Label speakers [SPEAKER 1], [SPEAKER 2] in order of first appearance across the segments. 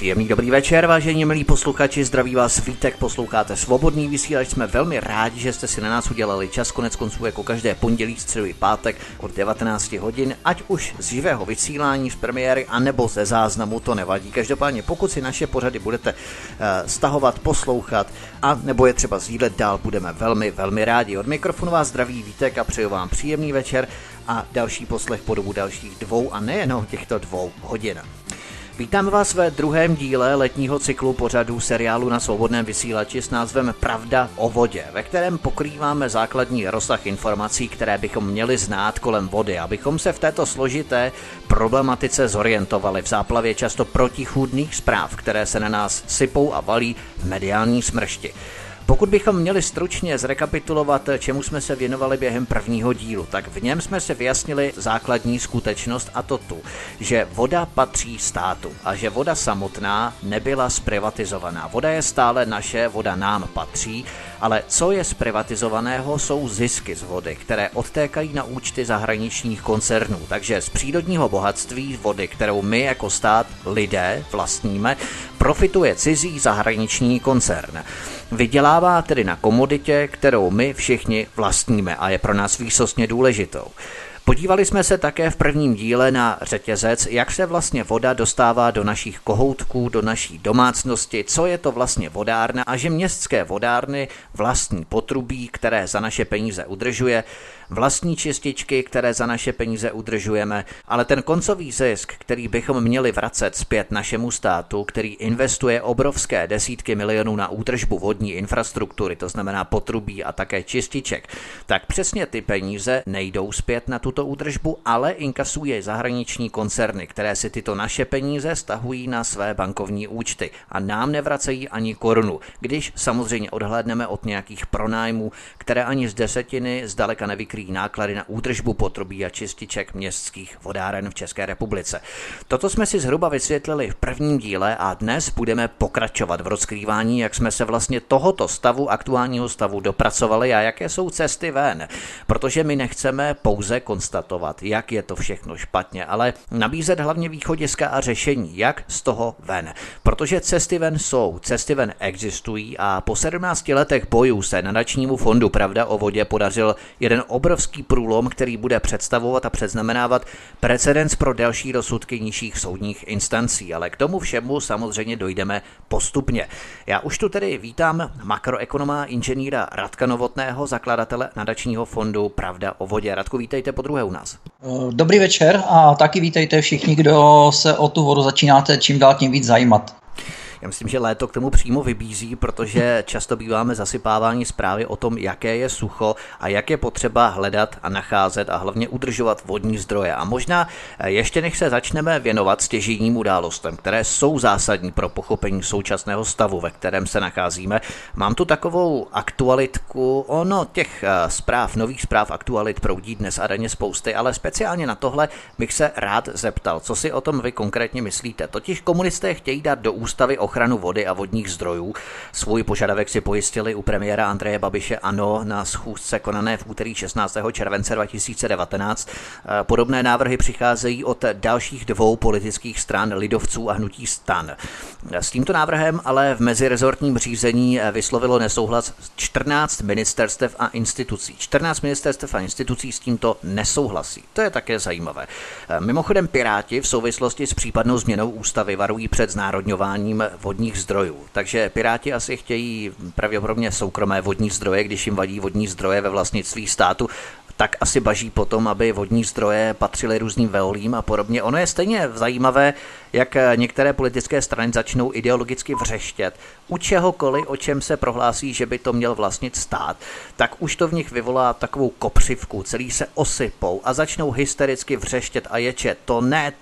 [SPEAKER 1] Příjemný dobrý večer, vážení milí posluchači, zdraví vás Vítek, posloucháte Svobodný vysílač, jsme velmi rádi, že jste si na nás udělali čas, konec konců jako každé pondělí, středu i pátek od 19 hodin, ať už z živého vysílání, z premiéry, anebo ze záznamu, to nevadí. Každopádně pokud si naše pořady budete stahovat, poslouchat a nebo je třeba sdílet dál, budeme velmi rádi. Od mikrofonu vás zdraví Vítek a přeju vám příjemný večer a další poslech po dobu dalších 2 a nejenom těchto 2 hodin. Vítám vás ve druhém díle letního cyklu pořadů seriálu na Svobodném vysílači s názvem Pravda o vodě, ve kterém pokrýváme základní rozsah informací, které bychom měli znát kolem vody, abychom se v této složité problematice zorientovali v záplavě často protichůdných zpráv, které se na nás sypou a valí v mediální smršti. Pokud bychom měli stručně zrekapitulovat, čemu jsme se věnovali během prvního dílu, tak v něm jsme se vyjasnili základní skutečnost, a to tu, že voda patří státu a že voda samotná nebyla zprivatizovaná. Voda je stále naše, voda nám patří, ale co je zprivatizovaného, jsou zisky z vody, které odtékají na účty zahraničních koncernů. Takže z přírodního bohatství vody, kterou my jako stát, lidé, vlastníme, profituje cizí zahraniční koncern. Vydělává tedy na komoditě, kterou my všichni vlastníme a je pro nás výsostně důležitou. Podívali jsme se také v prvním díle na řetězec, jak se vlastně voda dostává do našich kohoutků, do naší domácnosti, co je to vlastně vodárna a že městské vodárny vlastní potrubí, které za naše peníze udržuje, vlastní čističky, které za naše peníze udržujeme, ale ten koncový zisk, který bychom měli vracet zpět našemu státu, který investuje obrovské desítky milionů na údržbu vodní infrastruktury, to znamená potrubí a také čističek, tak přesně ty peníze nejdou zpět na tuto údržbu, ale inkasuje zahraniční koncerny, které si tyto naše peníze stahují na své bankovní účty a nám nevracejí ani korunu, když samozřejmě odhlédneme od nějakých pronájmů, které ani z desetiny zdaleka nevykryjí náklady na údržbu potrubí a čističek městských vodáren v České republice. Toto jsme si zhruba vysvětlili v prvním díle a dnes budeme pokračovat v rozkrývání, jak jsme se vlastně tohoto stavu, aktuálního stavu dopracovali a jaké jsou cesty ven. Protože my nechceme pouze konstatovat, jak je to všechno špatně, ale nabízet hlavně východiska a řešení, jak z toho ven. Protože cesty ven jsou, cesty ven existují a po 17 letech bojů se nadačnímu fondu Pravda o vodě podařil jeden obrovský průlom, který bude představovat a předznamenávat precedens pro další rozsudky nižších soudních instancí, ale k tomu všemu samozřejmě dojdeme postupně. Já už tu tedy vítám makroekonoma inženýra Radka Novotného, zakladatele nadačního fondu Pravda o vodě. Radku, vítejte podruhé u nás.
[SPEAKER 2] Dobrý večer a taky vítejte všichni, kdo se o tu vodu začínáte čím dál tím víc zajímat.
[SPEAKER 1] Já myslím, že léto k tomu přímo vybízí, protože často býváme zasypáváni zprávy o tom, jaké je sucho a jak je potřeba hledat a nacházet a hlavně udržovat vodní zdroje. A možná ještě než se začneme věnovat stěžejním událostem, které jsou zásadní pro pochopení současného stavu, ve kterém se nacházíme, mám tu takovou aktualitku, těch zpráv, nových zpráv aktualit proudí dnes a denně spousty, ale speciálně na tohle bych se rád zeptal, co si o tom vy konkrétně myslíte. Totiž komunisté chtějí dát do ústavy ochranu vody a vodních zdrojů. Svůj požadavek si pojistili u premiéra Andreje Babiše ANO na schůzce konané v úterý 16. července 2019. Podobné návrhy přicházejí od dalších 2 politických stran, lidovců a hnutí STAN. S tímto návrhem ale v mezirezortním řízení vyslovilo nesouhlas 14 ministerstev a institucí. 14 ministerstev a institucí s tímto nesouhlasí. To je také zajímavé. Mimochodem Piráti v souvislosti s případnou změnou ústavy varují před znárodňováním vodních zdrojů. Takže Piráti asi chtějí pravděpodobně soukromé vodní zdroje, když jim vadí vodní zdroje ve vlastnictví státu, tak asi baží potom, aby vodní zdroje patřily různým veolím a podobně. Ono je stejně zajímavé, jak některé politické strany začnou ideologicky vřeštět u čehokoliv, o čem se prohlásí, že by to měl vlastnit stát, tak už to v nich vyvolá takovou kopřivku, celý se osypou a začnou hystericky vřeštět a ječet. To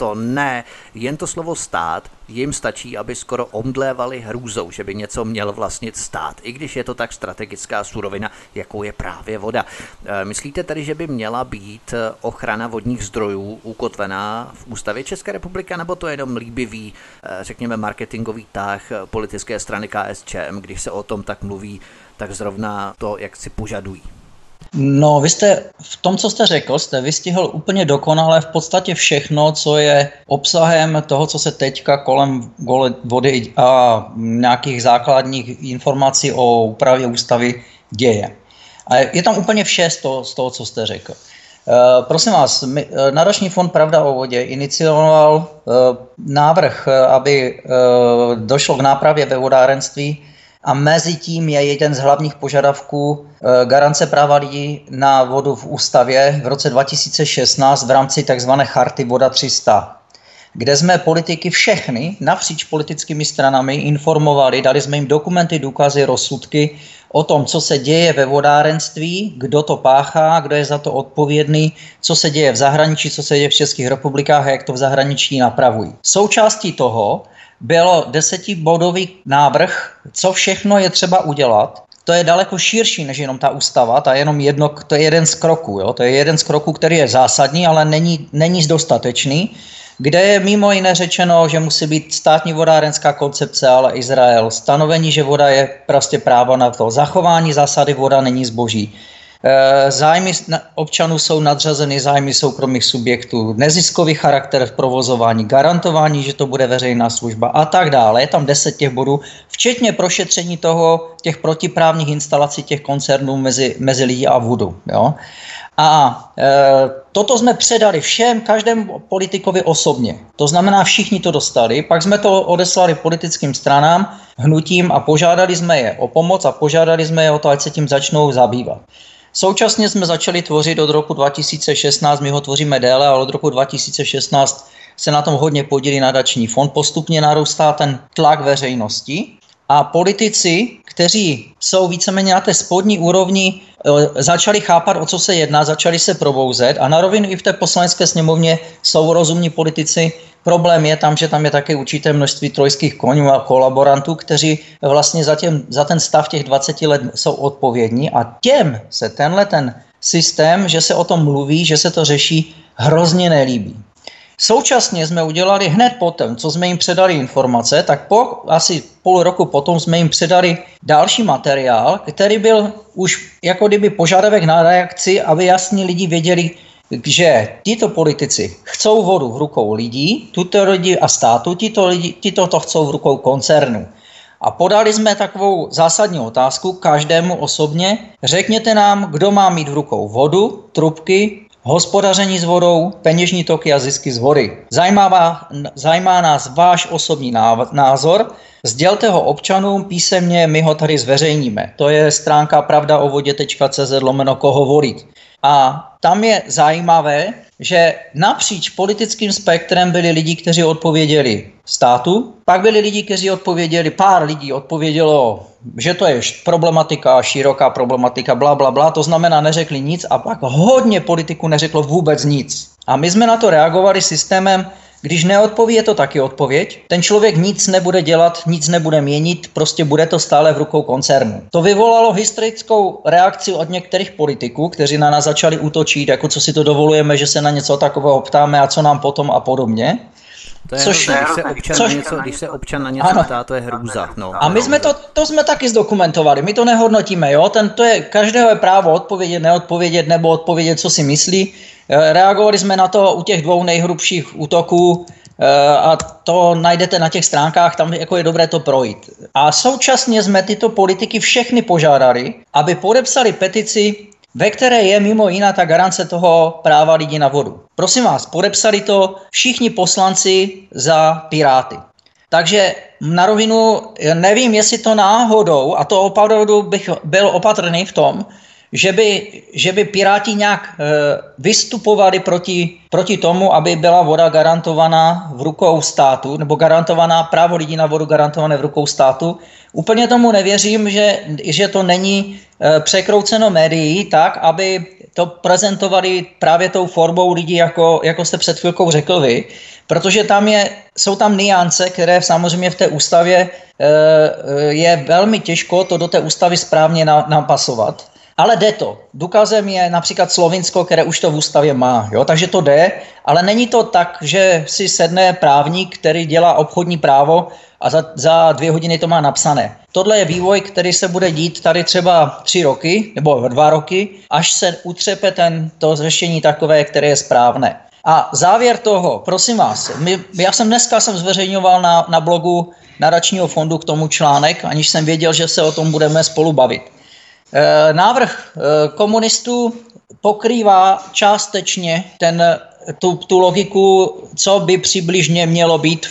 [SPEAKER 1] ne, jen to slovo stát jim stačí, aby skoro omdlévali hrůzou, že by něco měl vlastnit stát, i když je to tak strategická surovina, jakou je právě voda. Myslíte tedy, že by měla být ochrana vodních zdrojů ukotvená v ústavě České republiky, nebo to je jenom líbivý, řekněme, marketingový tah politické strany KSČM, když se o tom tak mluví, tak zrovna to, jak si požadují?
[SPEAKER 2] No, vy jste v tom, co jste řekl, jste vystihl úplně dokonale v podstatě všechno, co je obsahem toho, co se teďka kolem vody a nějakých základních informací o úpravě ústavy děje. A je tam úplně vše z toho, co jste řekl. Prosím vás, Nadační fond Pravda o vodě inicioval návrh, aby došlo k nápravě ve vodárenství, a mezi tím je jeden z hlavních požadavků garance práva lidí na vodu v ústavě v roce 2016 v rámci tzv. Charty Voda 300, kde jsme politiky všechny napříč politickými stranami informovali, dali jsme jim dokumenty, důkazy, rozsudky o tom, co se děje ve vodárenství, kdo to páchá, kdo je za to odpovědný, co se děje v zahraničí, co se děje v Českých republikách a jak to v zahraničí napravují. Součástí toho bylo 10bodový návrh, co všechno je třeba udělat. To je daleko širší než jenom ta ústava, to je jeden z kroků. Jo? To je jeden z kroků, který je zásadní, ale není dostatečný, kde je mimo jiné řečeno, že musí být státní vodárenská koncepce, ale Izrael, stanovení, že voda je prostě právo na to, zachování zásady voda není zboží. Zájmy občanů jsou nadřazeny zájmy soukromých subjektů, neziskový charakter v provozování, garantování, že to bude veřejná služba a tak dále. Je tam 10 těch bodů, včetně prošetření těch protiprávních instalací těch koncernů mezi lidi a vodu. Jo? A toto jsme předali každému politikovi osobně. To znamená, všichni to dostali, pak jsme to odeslali politickým stranám, hnutím a požádali jsme je o pomoc a požádali jsme je o to, ať se tím začnou zabývat. Současně jsme začali tvořit od roku 2016, my ho tvoříme déle, ale od roku 2016 se na tom hodně podílí Nadační fond. Postupně narůstá ten tlak veřejnosti a politici, kteří jsou víceméně na té spodní úrovni, začali chápat, o co se jedná, začali se probouzet a na rovinu i v té poslanecké sněmovně jsou rozumní politici. Problém je tam, že tam je také určité množství trojských koňů a kolaborantů, kteří vlastně za ten stav těch 20 let jsou odpovědní a těm se ten systém, že se o tom mluví, že se to řeší, hrozně nelíbí. Současně jsme udělali hned potom, co jsme jim předali informace, tak po asi půl roku potom jsme jim předali další materiál, který byl už jako kdyby požadavek na reakci, aby jasně lidi věděli, že tito politici chcou vodu v rukou lidí, tuto lidi a státu, tito to chcou v rukou koncernu. A podali jsme takovou zásadní otázku každému osobně. Řekněte nám, kdo má mít v rukou vodu, trubky, hospodaření s vodou, peněžní toky a zisky z vody. Zajímá nás váš osobní názor, sdělte ho občanům písemně, my ho tady zveřejníme. To je stránka pravdaovodě.cz/koho volit. A tam je zajímavé, že napříč politickým spektrem byli lidi, kteří odpověděli státu, pak byli lidi, kteří odpověděli, pár lidí odpovědělo, že to je problematika, široká problematika, bla, bla, bla, to znamená neřekli nic a pak hodně politiků neřeklo vůbec nic. A my jsme na to reagovali systémem, když neodpoví, je to taky odpověď. Ten člověk nic nebude dělat, nic nebude měnit, prostě bude to stále v rukou koncernu. To vyvolalo hysterickou reakci od některých politiků, kteří na nás začali útočit, jako co si to dovolujeme, že se na něco takového ptáme a co nám potom a podobně.
[SPEAKER 1] To je když se občan na něco ptá, to je hrůza. No.
[SPEAKER 2] A my jsme to jsme taky zdokumentovali, my to nehodnotíme, jo? To je každého je právo odpovědět, neodpovědět nebo odpovědět, co si myslí. Reagovali jsme na to u těch 2 nejhrubších útoků a to najdete na těch stránkách, tam jako je dobré to projít. A současně jsme tyto politiky všechny požádali, aby podepsali petici, ve které je mimo jiná ta garance toho práva lidí na vodu. Prosím vás, podepsali to všichni poslanci za Piráty. Takže na rovinu nevím, jestli to náhodou, a to opravdu bych byl opatrný v tom, že by Piráti nějak vystupovali proti tomu, aby byla voda garantovaná v rukou státu, nebo garantovaná právo lidí na vodu garantované v rukou státu. Úplně tomu nevěřím, že to není překrouceno médií tak, aby to prezentovali právě tou formou lidí, jako jste před chvilkou řekl vy, protože jsou tam nuance, které samozřejmě v té ústavě je velmi těžko to do té ústavy správně napasovat. ale jde to. Důkazem je například Slovinsko, které už to v ústavě má. Jo? Takže to jde, ale není to tak, že si sedne právník, který dělá obchodní právo a za 2 hodiny to má napsané. Tohle je vývoj, který se bude dít tady třeba 3 roky nebo 2 roky, až se utřepe to řešení takové, které je správné. A závěr toho, prosím vás, já jsem dneska zveřejňoval na blogu Nadačního fondu k tomu článek, aniž jsem věděl, že se o tom budeme spolu bavit. Návrh komunistů pokrývá částečně tu logiku, co by přibližně mělo být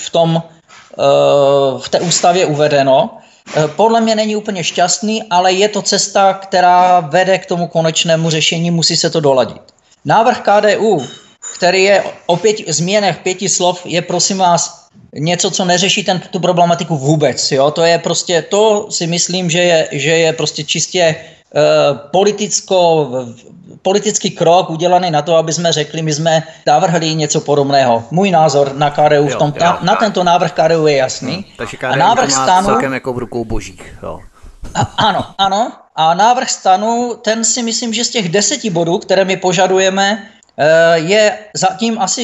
[SPEAKER 2] v té ústavě uvedeno. Podle mě není úplně šťastný, ale je to cesta, která vede k tomu konečnému řešení, musí se to doladit. Návrh KDU, který je o 5 změnách 5 slov, je prosím vás něco, co neřeší tu problematiku vůbec. Jo? To je prostě, to si myslím, že je prostě čistě politický krok udělaný na to, aby jsme řekli, my jsme navrhli něco podobného. Můj názor na KDU na tento návrh KDU je jasný.
[SPEAKER 1] Takže KDU návrh má celkem jako v rukou božích. Jo.
[SPEAKER 2] Ano. A návrh STANu, ten si myslím, že z těch 10 bodů, které my požadujeme, je zatím asi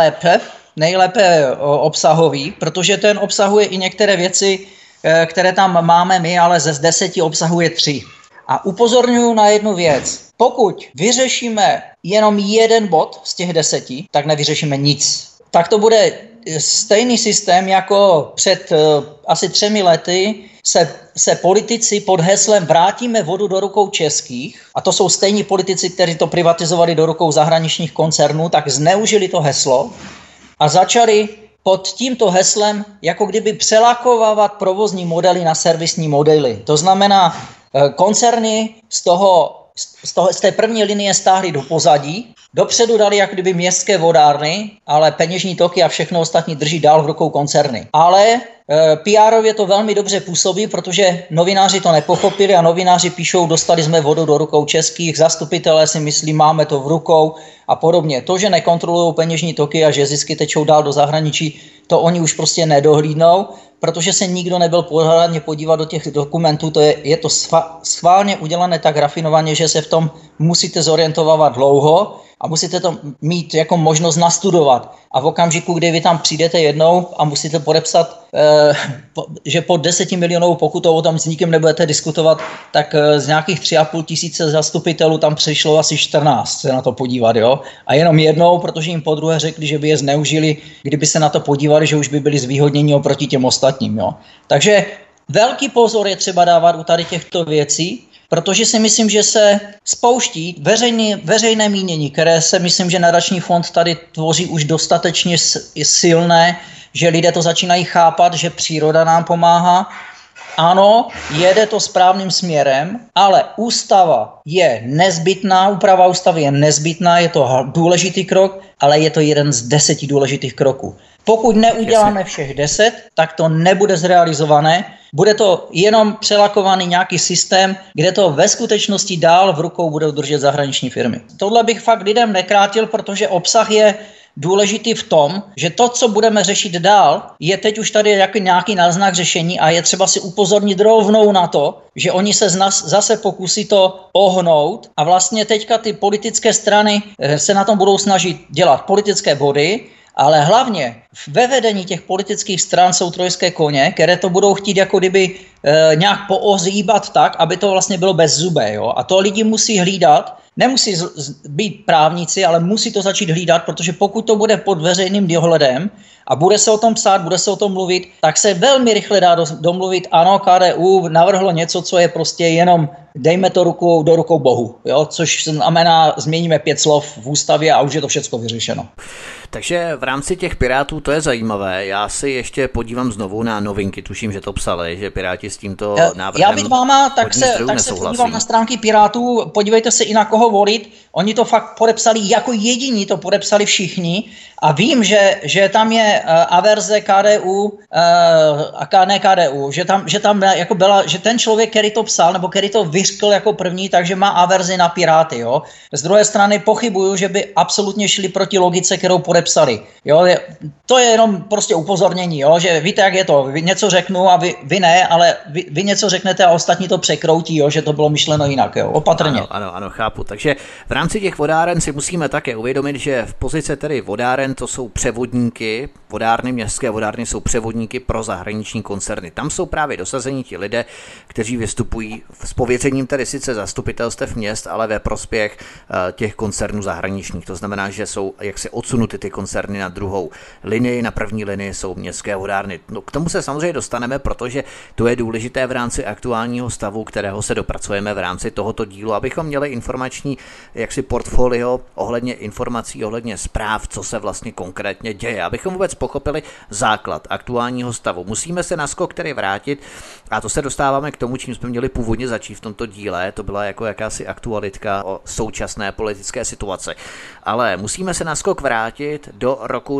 [SPEAKER 2] nejlépe obsahový, protože ten obsahuje i některé věci, které tam máme my, ale ze 10 obsahuje 3. A upozorňuji na jednu věc. Pokud vyřešíme jenom jeden bod z těch 10, tak nevyřešíme nic. Tak to bude stejný systém, jako před asi 3 lety se politici pod heslem vrátíme vodu do rukou českých, a to jsou stejní politici, kteří to privatizovali do rukou zahraničních koncernů, tak zneužili to heslo a začali pod tímto heslem jako kdyby přelakovávat provozní modely na servisní modely. To znamená, koncerny z té první linie stáhly do pozadí, dopředu dali jako kdyby městské vodárny, ale peněžní toky a všechno ostatní drží dál v rukou koncerny. Ale PR-ově to velmi dobře působí, protože novináři to nepochopili a novináři píšou, dostali jsme vodu do rukou českých, zastupitelé si myslí, máme to v rukou a podobně. To, že nekontrolují peněžní toky a že zisky tečou dál do zahraničí, to oni už prostě nedohlídnou, protože se nikdo nebyl pořádně podívat do těch dokumentů. Je to schválně udělané tak rafinovaně, že se v tom musíte zorientovat dlouho a musíte to mít jako možnost nastudovat. A v okamžiku, kdy vy tam přijdete jednou a musíte podepsat, že pod 10 milionovou pokutou o tom s nikým nebudete diskutovat, tak z nějakých 3,5 tisíce zastupitelů tam přišlo asi 14 se na to podívat. Jo? A jenom jednou, protože jim podruhé řekli, že by je zneužili, kdyby se na to podívali, že už by byli zvýhodněni oproti těm ostatním. Jo? Takže velký pozor je třeba dávat u tady těchto věcí, protože si myslím, že se spouští veřejné mínění, které se myslím, že nadační fond tady tvoří už dostatečně silné, že lidé to začínají chápat, že příroda nám pomáhá. Ano, jede to správným směrem, ale ústava je nezbytná, úprava ústavy je nezbytná, je to důležitý krok, ale je to jeden z 10 důležitých kroků. Pokud neuděláme všech 10, tak to nebude zrealizované. Bude to jenom přelakovaný nějaký systém, kde to ve skutečnosti dál v rukou budou držet zahraniční firmy. Tohle bych fakt lidem nekrátil, protože obsah je důležitý v tom, že to, co budeme řešit dál, je teď už tady jako nějaký náznak řešení a je třeba si upozornit rovnou na to, že oni se z nás zase pokusí to ohnout a vlastně teďka ty politické strany se na tom budou snažit dělat politické body, ale hlavně ve vedení těch politických stran jsou trojské koně, které to budou chtít jako kdyby nějak poozýbat tak, aby to vlastně bylo bezzubé. Jo? A to lidi musí hlídat, nemusí být právníci, ale musí to začít hlídat, protože pokud to bude pod veřejným dohledem a bude se o tom psát, bude se o tom mluvit, tak se velmi rychle dá domluvit, ano, KDU navrhlo něco, co je prostě jenom dejme to do rukou Bohu, jo? Což znamená, změníme 5 slov v ústavě a už je to všechno vyřešeno.
[SPEAKER 1] Takže v rámci těch Pirátů to je zajímavé. Já si ještě podívám znovu na novinky, tuším, že to psali, že Piráti s tímto návrhem.
[SPEAKER 2] Já bych váma, tak se podívám na stránky Pirátů, podívejte se i na koho volit. Oni to fakt podepsali jako jediní, to podepsali všichni a vím, že tam je averze KDU a ne KDU, že tam jako byla, že ten člověk, který to psal nebo který to vyřkl jako první, takže má averzi na Piráty. Jo? Z druhé strany pochybuju, že by absolutně šli proti logice, kterou podepsali. Jo? To je jenom prostě upozornění, jo? Že víte, jak je to. Vy něco řeknu a vy ne, ale vy něco řeknete a ostatní to překroutí, jo? Že to bylo myšleno jinak. Jo? Opatrně.
[SPEAKER 1] Ano, chápu. Takže v rámci těch vodáren si musíme také uvědomit, že v pozici tedy vodáren to jsou převodníky, městské vodárny jsou převodníky pro zahraniční koncerny. Tam jsou právě dosazení ti lidé, kteří vystupují s pověřením tedy sice zastupitelstev měst, ale ve prospěch těch koncernů zahraničních. To znamená, že jsou jaksi odsunuty ty koncerny na druhou linii, na první linii jsou městské vodárny. No, k tomu se samozřejmě dostaneme, protože to je důležité v rámci aktuálního stavu, kterého se dopracujeme v rámci tohoto dílu, abychom měli informační jaksi portfolio ohledně informací, ohledně zpráv, co se vlastně konkrétně děje. Abychom vůbec pochopili základ aktuálního stavu. Musíme se na skok tedy vrátit a to se dostáváme k tomu, čím jsme měli původně začít v tomto díle. To byla jako jakási aktualitka o současné politické situaci. Ale musíme se na skok vrátit do roku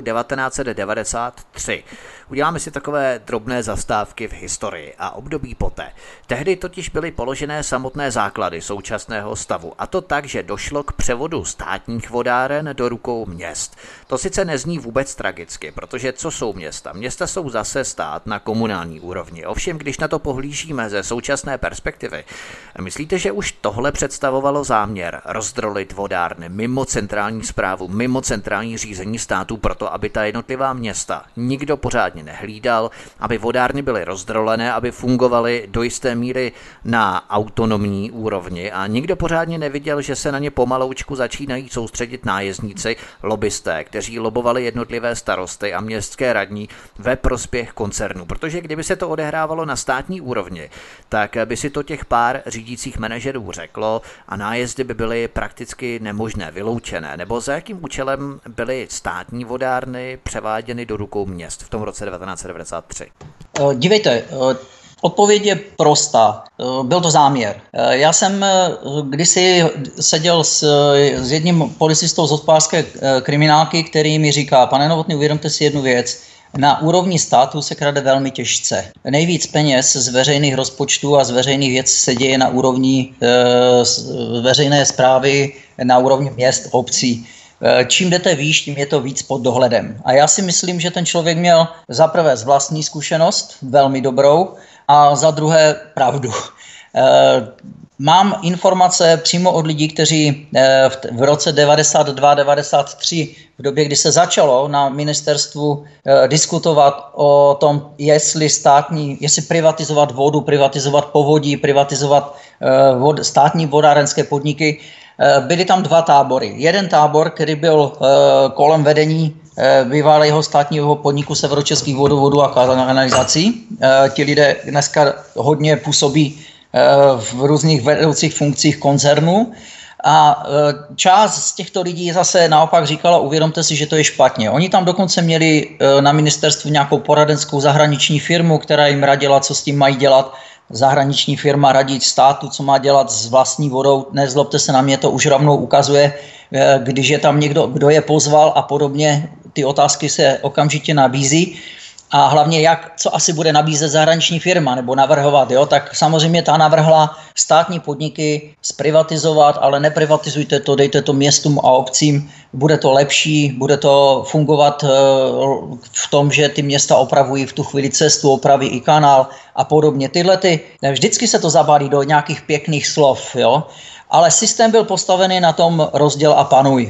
[SPEAKER 1] 1993. Uděláme si takové drobné zastávky v historii a období poté. Tehdy totiž byly položené samotné základy současného stavu, a to tak, že došlo k převodu státních vodáren do rukou měst. To sice nezní vůbec tragicky, protože co jsou města? Města jsou zase stát na komunální úrovni. Ovšem, když na to pohlížíme ze současné perspektivy, myslíte, že už tohle představovalo záměr rozdrolit vodárny mimo centrální správu, mimo centrální řízení státu, proto aby ta jednotlivá města nikdo pořádně nehlídal, aby vodárny byly rozdrolené, aby fungovaly do jisté míry na autonomní úrovni a nikdo pořádně neviděl, že se na ně pomaloučku začínají soustředit nájezdníci, lobbysté, kteří lobovali jednotlivé starosty a městské radní ve prospěch koncernů. Protože kdyby se to odehrávalo na státní úrovni, tak by si to těch pár řídících manažerů řeklo a nájezdy by byly prakticky nemožné, vyloučené. Nebo za jakým účelem byly státní vodárny převáděny do rukou měst v tom roce 1993?
[SPEAKER 2] Dívejte, odpověď je prostá. Byl to záměr. Já jsem kdysi seděl s jedním policistou z hospodářské kriminálky, který mi říká: pane Novotný, uvědomte si jednu věc. Na úrovni státu se krade velmi těžce. Nejvíc peněz z veřejných rozpočtů a z veřejných věcí se děje na úrovni veřejné správy, na úrovni měst, obcí. Čím jdete výš, tím je to víc pod dohledem. A já si myslím, že ten člověk měl za prvé z vlastní zkušenost, velmi dobrou, a za druhé pravdu. Mám informace přímo od lidí, kteří v roce 92-93, v době, kdy se začalo na ministerstvu diskutovat o tom, jestli privatizovat vodu, privatizovat povodí, privatizovat státní vodárenské podniky, byly tam dva tábory. Jeden tábor, který byl kolem vedení bývalého státního podniku Severočeských vodovodů a kanalizací. Ti lidé dneska hodně působí v různých vedoucích funkcích koncernů. A část z těchto lidí zase naopak říkala: uvědomte si, že to je špatně. Oni tam dokonce měli na ministerstvu nějakou poradenskou zahraniční firmu, která jim radila, co s tím mají dělat. Zahraniční firma radí státu, co má dělat s vlastní vodou. Nezlobte se na mě, to už rovnou ukazuje, když je tam někdo, kdo je pozval a podobně. Ty otázky se okamžitě nabízí. A hlavně co asi bude nabízet zahraniční firma nebo navrhovat, jo? Tak samozřejmě ta navrhla státní podniky zprivatizovat, ale neprivatizujte to, dejte to městům a obcím, bude to lepší, bude to fungovat v tom, že ty města opravují v tu chvíli cestu, opraví i kanál a podobně. Vždycky se to zabalí do nějakých pěkných slov, jo? Ale systém byl postavený na tom rozděl a panuj,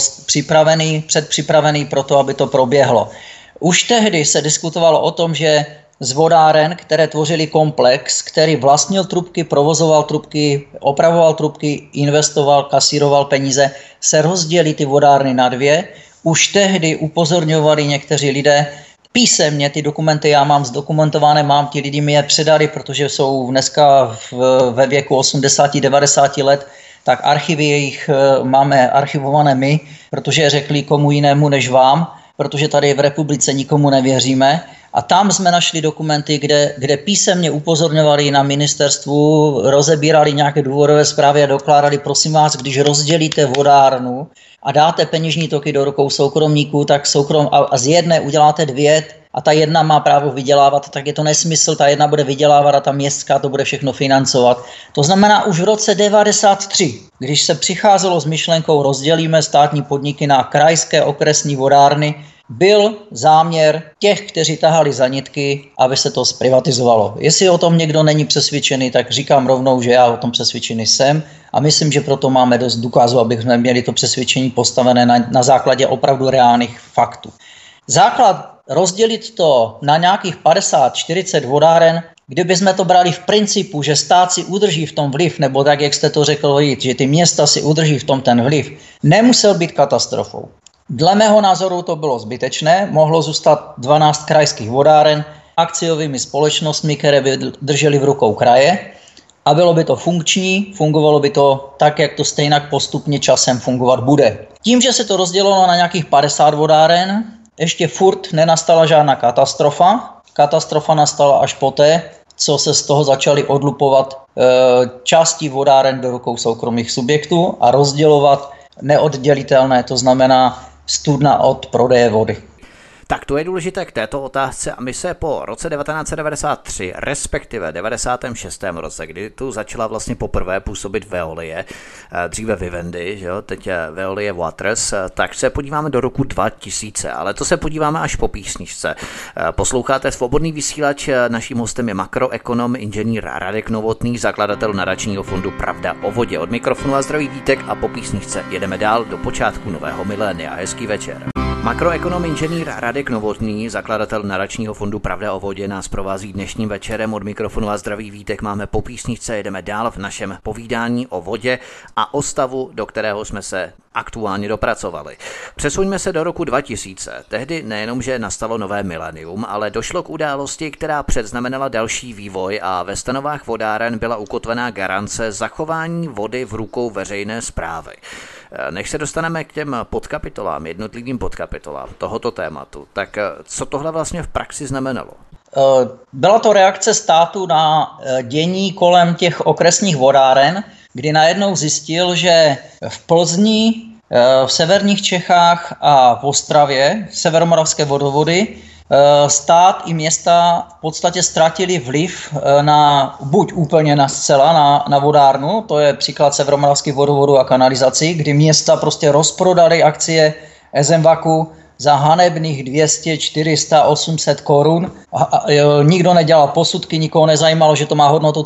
[SPEAKER 2] předpřipravený pro to, aby to proběhlo. Už tehdy se diskutovalo o tom, že z vodáren, které tvořily komplex, který vlastnil trubky, provozoval trubky, opravoval trubky, investoval, kasíroval peníze, se rozdělí ty vodárny na dvě. Už tehdy upozorňovali někteří lidé, písemně ty dokumenty já mám zdokumentované, ti lidi mi je předali, protože jsou dneska ve věku 80-90 let, tak archivy jejich máme archivované my, protože řekli komu jinému než vám, protože tady v republice nikomu nevěříme. A tam jsme našli dokumenty, kde písemně upozorňovali na ministerstvu, rozebírali nějaké důvodové zprávy a dokládali: prosím vás, když rozdělíte vodárnu a dáte peněžní toky do rukou soukromníků, tak a z jedné uděláte dvě a ta jedna má právo vydělávat, tak je to nesmysl, ta jedna bude vydělávat a ta městská to bude všechno financovat. To znamená už v roce 1993, když se přicházelo s myšlenkou rozdělíme státní podniky na krajské okresní vodárny, byl záměr těch, kteří tahali za nitky, aby se to zprivatizovalo. Jestli o tom někdo není přesvědčený, tak říkám rovnou, že já o tom přesvědčený jsem a myslím, že proto máme dost důkazů, abychom měli to přesvědčení postavené na základě opravdu reálných faktů. Základ rozdělit to na nějakých 50-40 vodáren, kdyby jsme to brali v principu, že stát si udrží v tom vliv, nebo tak, jak jste to řekl, že ty města si udrží v tom ten vliv, nemusel být katastrofou. Dle mého názoru to bylo zbytečné, mohlo zůstat 12 krajských vodáren akciovými společnostmi, které by držely v rukou kraje a bylo by to funkční, fungovalo by to tak, jak to stejně postupně časem fungovat bude. Tím, že se to rozdělilo na nějakých 50 vodáren, ještě furt nenastala žádná katastrofa. Katastrofa nastala až poté, co se z toho začaly odlupovat části vodáren do rukou soukromých subjektů a rozdělovat neoddělitelné, to znamená studna od prodeje vody.
[SPEAKER 1] Tak to je důležité k této otázce a my se po roce 1993, respektive 96. roce, kdy tu začala vlastně poprvé působit Veolie, dříve Vivendi, že jo, teď Veolie Waters, tak se podíváme do roku 2000, ale to se podíváme až po písničce. Posloucháte Svobodný vysílač, naším hostem je makroekonom, inženýr Radek Novotný, zakladatel nadačního fondu Pravda o vodě. Od mikrofonu a zdraví Vítek a po písničce jedeme dál do počátku nového milénia. Hezký večer. Makroekonom inženýr Radek Novotný, zakladatel nadačního fondu Pravda o vodě, nás provází dnešním večerem. Od mikrofonu a zdraví Vítek máme po písničce, jedeme dál v našem povídání o vodě a o stavu, do kterého jsme se aktuálně dopracovali. Přesuňme se do roku 2000. Tehdy nejenom, že nastalo nové milénium, ale došlo k události, která předznamenala další vývoj a ve stanovách vodáren byla ukotvená garance zachování vody v rukou veřejné správy. Než se dostaneme k těm podkapitolám, jednotlivým podkapitolám tohoto tématu, tak co tohle vlastně v praxi znamenalo?
[SPEAKER 2] Byla to reakce státu na dění kolem těch okresních vodáren, kdy najednou zjistil, že v Plzni, v severních Čechách a v Ostravě, severomoravské vodovody, stát i města v podstatě ztratili vliv na, buď úplně na zcela na vodárnu, to je příklad severomoravských vodovodů a kanalizací, kdy města prostě rozprodali akcie SMVAKu za hanebných 200, 400, 800 korun. Nikdo nedělal posudky, nikoho nezajímalo, že to má hodnotu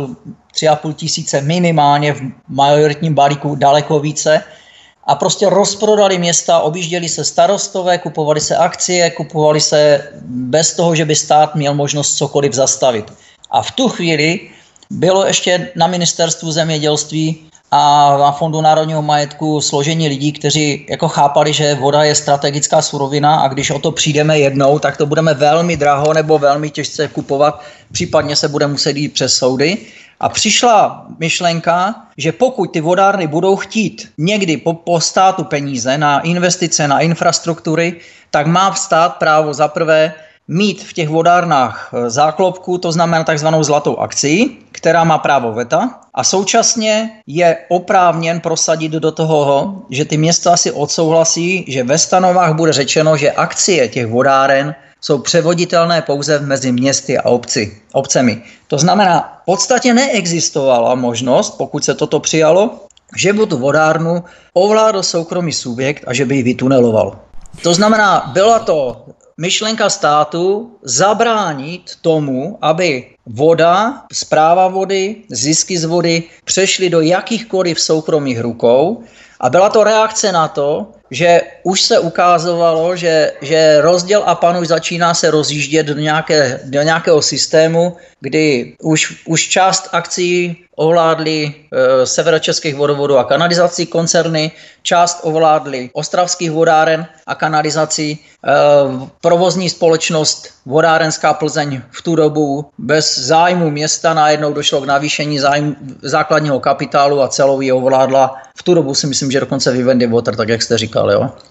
[SPEAKER 2] 3,5 tisíce minimálně, v majoritním balíku daleko více. A prostě rozprodali města, objížděli se starostové, kupovali se akcie, kupovali se bez toho, že by stát měl možnost cokoliv zastavit. A v tu chvíli bylo ještě na ministerstvu zemědělství a na Fondu národního majetku složení lidí, kteří jako chápali, že voda je strategická surovina a když o to přijdeme jednou, tak to budeme velmi draho nebo velmi těžce kupovat, případně se bude muset jít přes soudy. A přišla myšlenka, že pokud ty vodárny budou chtít někdy po státu peníze na investice, na infrastruktury, tak má stát právo zaprvé mít v těch vodárnách záklopku, to znamená takzvanou zlatou akcii, která má právo veta a současně je oprávněn prosadit do toho, že ty města si odsouhlasí, že ve stanovách bude řečeno, že akcie těch vodáren jsou převoditelné pouze mezi městy a obcemi. To znamená, v podstatě neexistovala možnost, pokud se toto přijalo, že by tu vodárnu ovládl soukromý subjekt a že by ji vytuneloval. To znamená, byla to myšlenka státu zabránit tomu, aby voda, správa vody, zisky z vody přešly do jakýchkoliv soukromých rukou a byla to reakce na to, že už se ukázalo, že rozděl a panuj začíná se rozjíždět do nějakého systému, kdy už část akcí ovládly severočeských vodovodů a kanalizací koncerny, část ovládly ostravských vodáren a kanalizací, provozní společnost Vodárenská Plzeň v tu dobu bez zájmu města najednou došlo k navýšení základního kapitálu a celou ji ovládla. V tu dobu si myslím, že dokonce Vivendi Water, tak jak jste říkal, jo?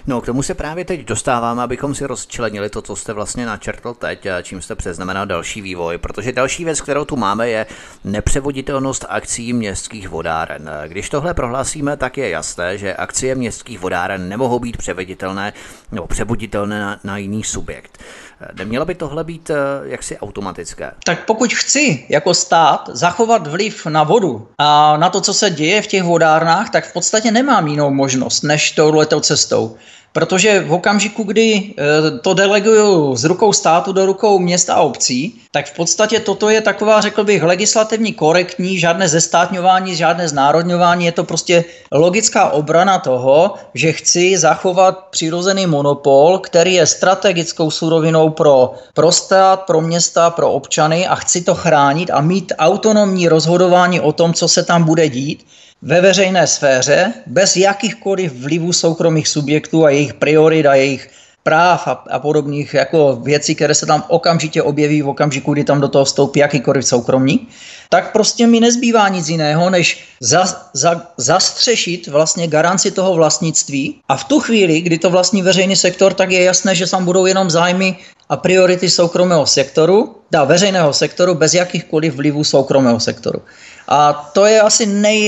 [SPEAKER 1] No, k tomu se právě teď dostáváme, abychom si rozčlenili to, co jste vlastně načrtl teď, čím jste přeznamenal další vývoj, protože další věc, kterou tu máme, je nepřevoditelnost akcií městských vodáren. Když tohle prohlásíme, tak je jasné, že akcie městských vodáren nemohou být převeditelné nebo převoditelné na jiný subjekt. Nemělo by tohle být jaksi automatické?
[SPEAKER 2] Tak pokud chci jako stát zachovat vliv na vodu a na to, co se děje v těch vodárnách, tak v podstatě nemám jinou možnost než touhletou cestou. Protože v okamžiku, kdy to deleguju z rukou státu do rukou města a obcí, tak v podstatě toto je taková, řekl bych, legislativní korektní, žádné zestátňování, žádné znárodňování, je to prostě logická obrana toho, že chci zachovat přirozený monopol, který je strategickou surovinou pro stát, pro města, pro občany a chci to chránit a mít autonomní rozhodování o tom, co se tam bude dít ve veřejné sféře, bez jakýchkoliv vlivů soukromých subjektů a jejich priorit a jejich práv a podobných jako věcí, které se tam okamžitě objeví v okamžiku, kdy tam do toho vstoupí jakýkoliv soukromník, tak prostě mi nezbývá nic jiného, než zastřešit vlastně garanci toho vlastnictví. A v tu chvíli, kdy to vlastní veřejný sektor, tak je jasné, že tam budou jenom zájmy a priority soukromého sektoru, veřejného sektoru, bez jakýchkoliv vlivů soukromého sektoru. A to je asi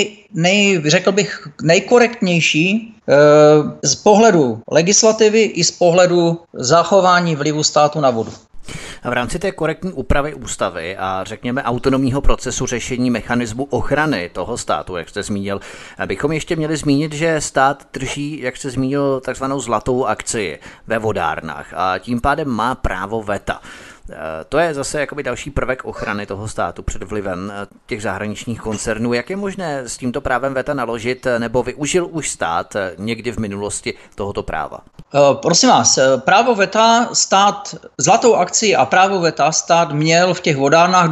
[SPEAKER 2] řekl bych, nejkorektnější z pohledu legislativy i z pohledu zachování vlivu státu na vodu.
[SPEAKER 1] V rámci té korektní úpravy ústavy a řekněme autonomního procesu řešení mechanismu ochrany toho státu, jak jste zmínil, bychom ještě měli zmínit, že stát drží, jak jste zmínil, takzvanou zlatou akcii ve vodárnách a tím pádem má právo veta. To je zase jakoby další prvek ochrany toho státu před vlivem těch zahraničních koncernů. Jak je možné s tímto právem veta naložit, nebo využil už stát někdy v minulosti tohoto práva?
[SPEAKER 2] Prosím vás, právo veta stát, zlatou akci a právo veta stát měl v těch vodárnách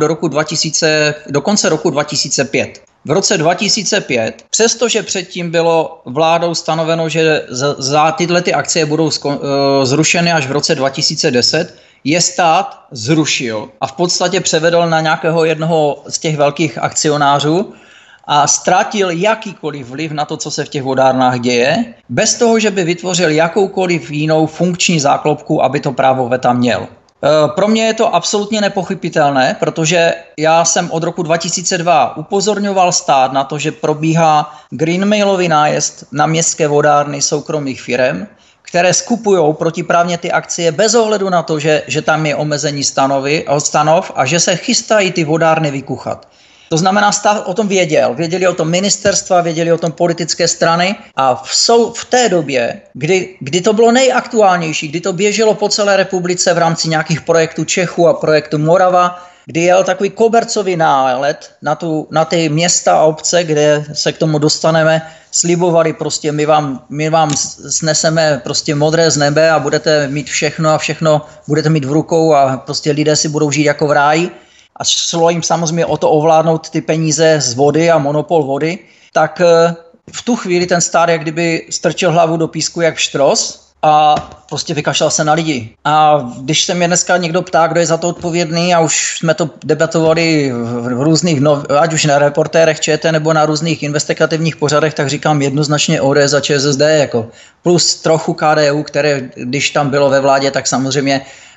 [SPEAKER 2] do konce roku 2005. V roce 2005, přestože předtím bylo vládou stanoveno, že za tyhle ty akcie budou zrušeny až v roce 2010, je stát zrušil a v podstatě převedl na nějakého jednoho z těch velkých akcionářů a ztratil jakýkoliv vliv na to, co se v těch vodárnách děje, bez toho, že by vytvořil jakoukoliv jinou funkční záklopku, aby to právo veta měl. Pro mě je to absolutně nepochybitelné, protože já jsem od roku 2002 upozorňoval stát na to, že probíhá greenmailový nájezd na městské vodárny soukromých firem, které skupují protiprávně ty akcie bez ohledu na to, že tam je omezení stanov a že se chystají ty vodárny vykuchat. To znamená, stát o tom věděli o tom ministerstva, věděli o tom politické strany a v té době, kdy to bylo nejaktuálnější, kdy to běželo po celé republice v rámci nějakých projektů Čechu a projektu Morava, kdy jel takový kobercový nálet na ty města a obce, kde se k tomu dostaneme, slibovali prostě my vám sneseme prostě modré z nebe a budete mít všechno a všechno budete mít v rukou a prostě lidé si budou žít jako v ráji. A šlo jim samozřejmě o to ovládnout ty peníze z vody a monopol vody, tak v tu chvíli ten stát jak kdyby strčil hlavu do písku jak štros a prostě vykašlal se na lidi. A když se mě dneska někdo ptá, kdo je za to odpovědný, a už jsme to debatovali v různých, ať už na Reportérech ČT nebo na různých investigativních pořadech, tak říkám jednoznačně ODS a ČSSD, jako plus trochu KDU, které když tam bylo ve vládě, tak samozřejmě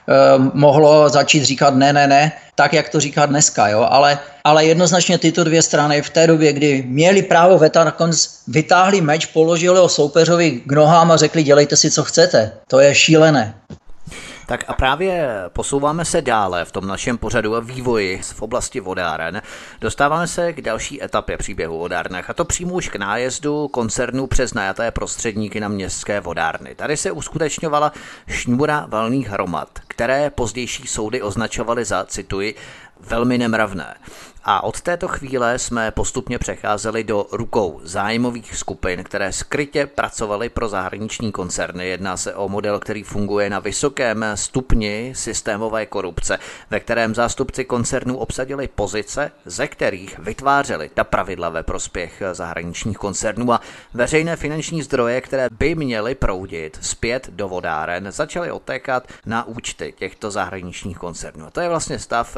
[SPEAKER 2] mohlo začít říkat ne, tak jak to říká dneska, jo? Ale jednoznačně tyto dvě strany v té době, kdy měli právo veta, nakonec vytáhli meč, položili ho soupeřovi k nohám a řekli, dělejte si, co chcete. To je šílené.
[SPEAKER 1] Tak a právě posouváme se dále v tom našem pořadu a vývoji v oblasti vodáren. Dostáváme se k další etapě příběhu vodárnách, a to přímo už k nájezdu koncernů přes najaté prostředníky na městské vodárny. Tady se uskutečňovala šňůra valných hromad, které pozdější soudy označovaly za, cituji, velmi nemravné. A od této chvíle jsme postupně přecházeli do rukou zájmových skupin, které skrytě pracovaly pro zahraniční koncerny. Jedná se o model, který funguje na vysokém stupni systémové korupce, ve kterém zástupci koncernů obsadili pozice, ze kterých vytvářeli ta pravidla ve prospěch zahraničních koncernů, a veřejné finanční zdroje, které by měly proudit zpět do vodáren, začaly odtékat na účty těchto zahraničních koncernů. A to je vlastně stav, který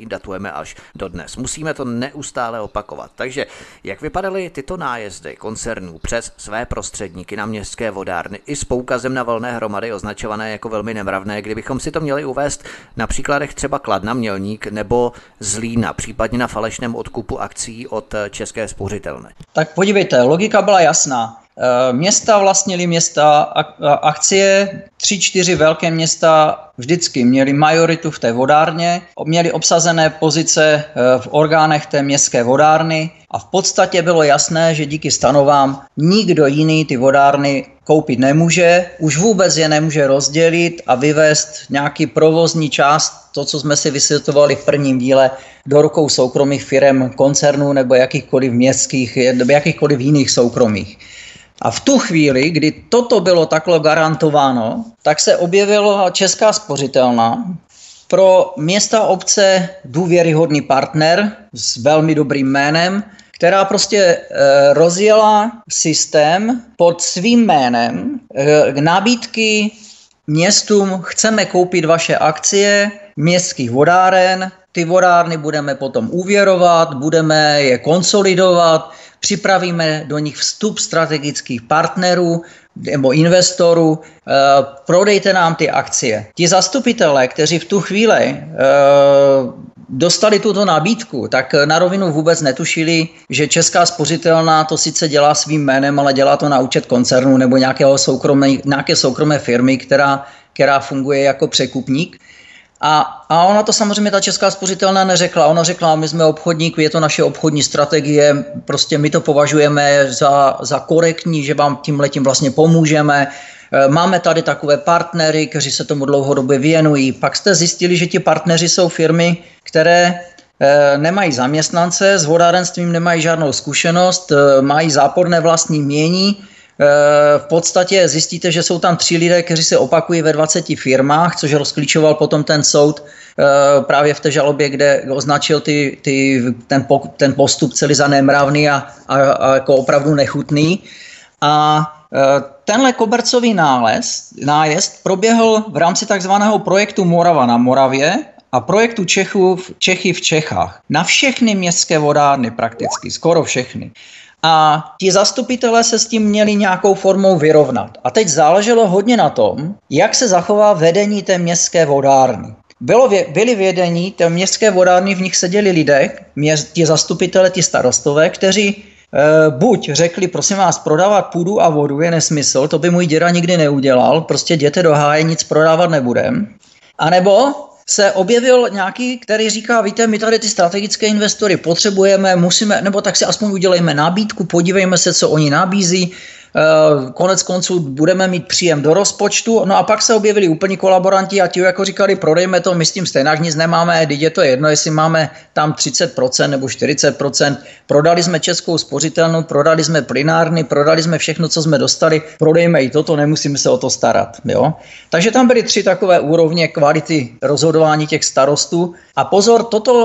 [SPEAKER 1] který datujeme až dodnes. Musíme to neustále opakovat. Takže jak vypadaly tyto nájezdy koncernů přes své prostředníky na městské vodárny i s poukazem na valné hromady označované jako velmi nemravné, kdybychom si to měli uvést na příkladech třeba Kladna, Mělník nebo Zlína, případně na falešném odkupu akcií od České spořitelny?
[SPEAKER 2] Tak podívejte, logika byla jasná. Města vlastnili města akcie, 3-4 velké města vždycky měli majoritu v té vodárně, měli obsazené pozice v orgánech té městské vodárny a v podstatě bylo jasné, že díky stanovám nikdo jiný ty vodárny koupit nemůže, už vůbec je nemůže rozdělit a vyvést nějaký provozní část, to, co jsme si vysvětlovali v prvním díle, do rukou soukromých firem, koncernů nebo jakýchkoliv městských nebo jakýchkoliv jiných soukromých. A v tu chvíli, kdy toto bylo takhle garantováno, tak se objevila Česká spořitelna, pro města a obce důvěryhodný partner s velmi dobrým jménem, která prostě rozjela systém pod svým jménem nabídky městům, chceme koupit vaše akcie městských vodáren, ty vodárny budeme potom úvěrovat, budeme je konsolidovat, připravíme do nich vstup strategických partnerů nebo investorů, prodejte nám ty akcie. Ti zastupitelé, kteří v tu chvíli dostali tuto nabídku, tak na rovinu vůbec netušili, že Česká spořitelna to sice dělá svým jménem, ale dělá to na účet koncernu nebo nějaké soukromé firmy, která funguje jako překupník. A ona to samozřejmě, ta Česká spořitelna neřekla. Ona řekla, my jsme obchodník, je to naše obchodní strategie, prostě my to považujeme za korektní, že vám tímhletím vlastně pomůžeme. Máme tady takové partnery, kteří se tomu dlouhodobě věnují. Pak jste zjistili, že ti partneři jsou firmy, které nemají zaměstnance, s vodárenstvím nemají žádnou zkušenost, mají záporné vlastní jmění. V podstatě zjistíte, že jsou tam 3 lidé, kteří se opakují ve 20 firmách, což rozklíčoval potom ten soud právě v té žalobě, kde označil ten postup celý za nemravný a jako opravdu nechutný. A tenhle kobercový nájezd proběhl v rámci takzvaného projektu Morava na Moravě a projektu Čechy v Čechách. Na všechny městské vodárny prakticky, skoro všechny. A ti zastupitelé se s tím měli nějakou formou vyrovnat. A teď záleželo hodně na tom, jak se zachová vedení té městské vodárny. Byli vedení té městské vodárny, v nich seděli lidé, ti zastupitelé, ti starostové, kteří buď řekli, prosím vás, prodávat půdu a vodu je nesmysl, to by můj děda nikdy neudělal, prostě jděte do háje, nic prodávat nebudem. A nebo se objevil nějaký, který říká, víte, my tady ty strategické investory potřebujeme, musíme, nebo tak si aspoň udělejme nabídku, podívejme se, co oni nabízí, konec konců budeme mít příjem do rozpočtu, no a pak se objevili úplní kolaboranti a ti jako říkali, prodejme to, my s tím stejně nic nemáme, teď je to jedno, jestli máme tam 30% nebo 40%, prodali jsme Českou spořitelnu, prodali jsme plynárny, prodali jsme všechno, co jsme dostali, prodejme i toto, nemusíme se o to starat, jo. Takže tam byly 3 takové úrovně kvality rozhodování těch starostů a pozor,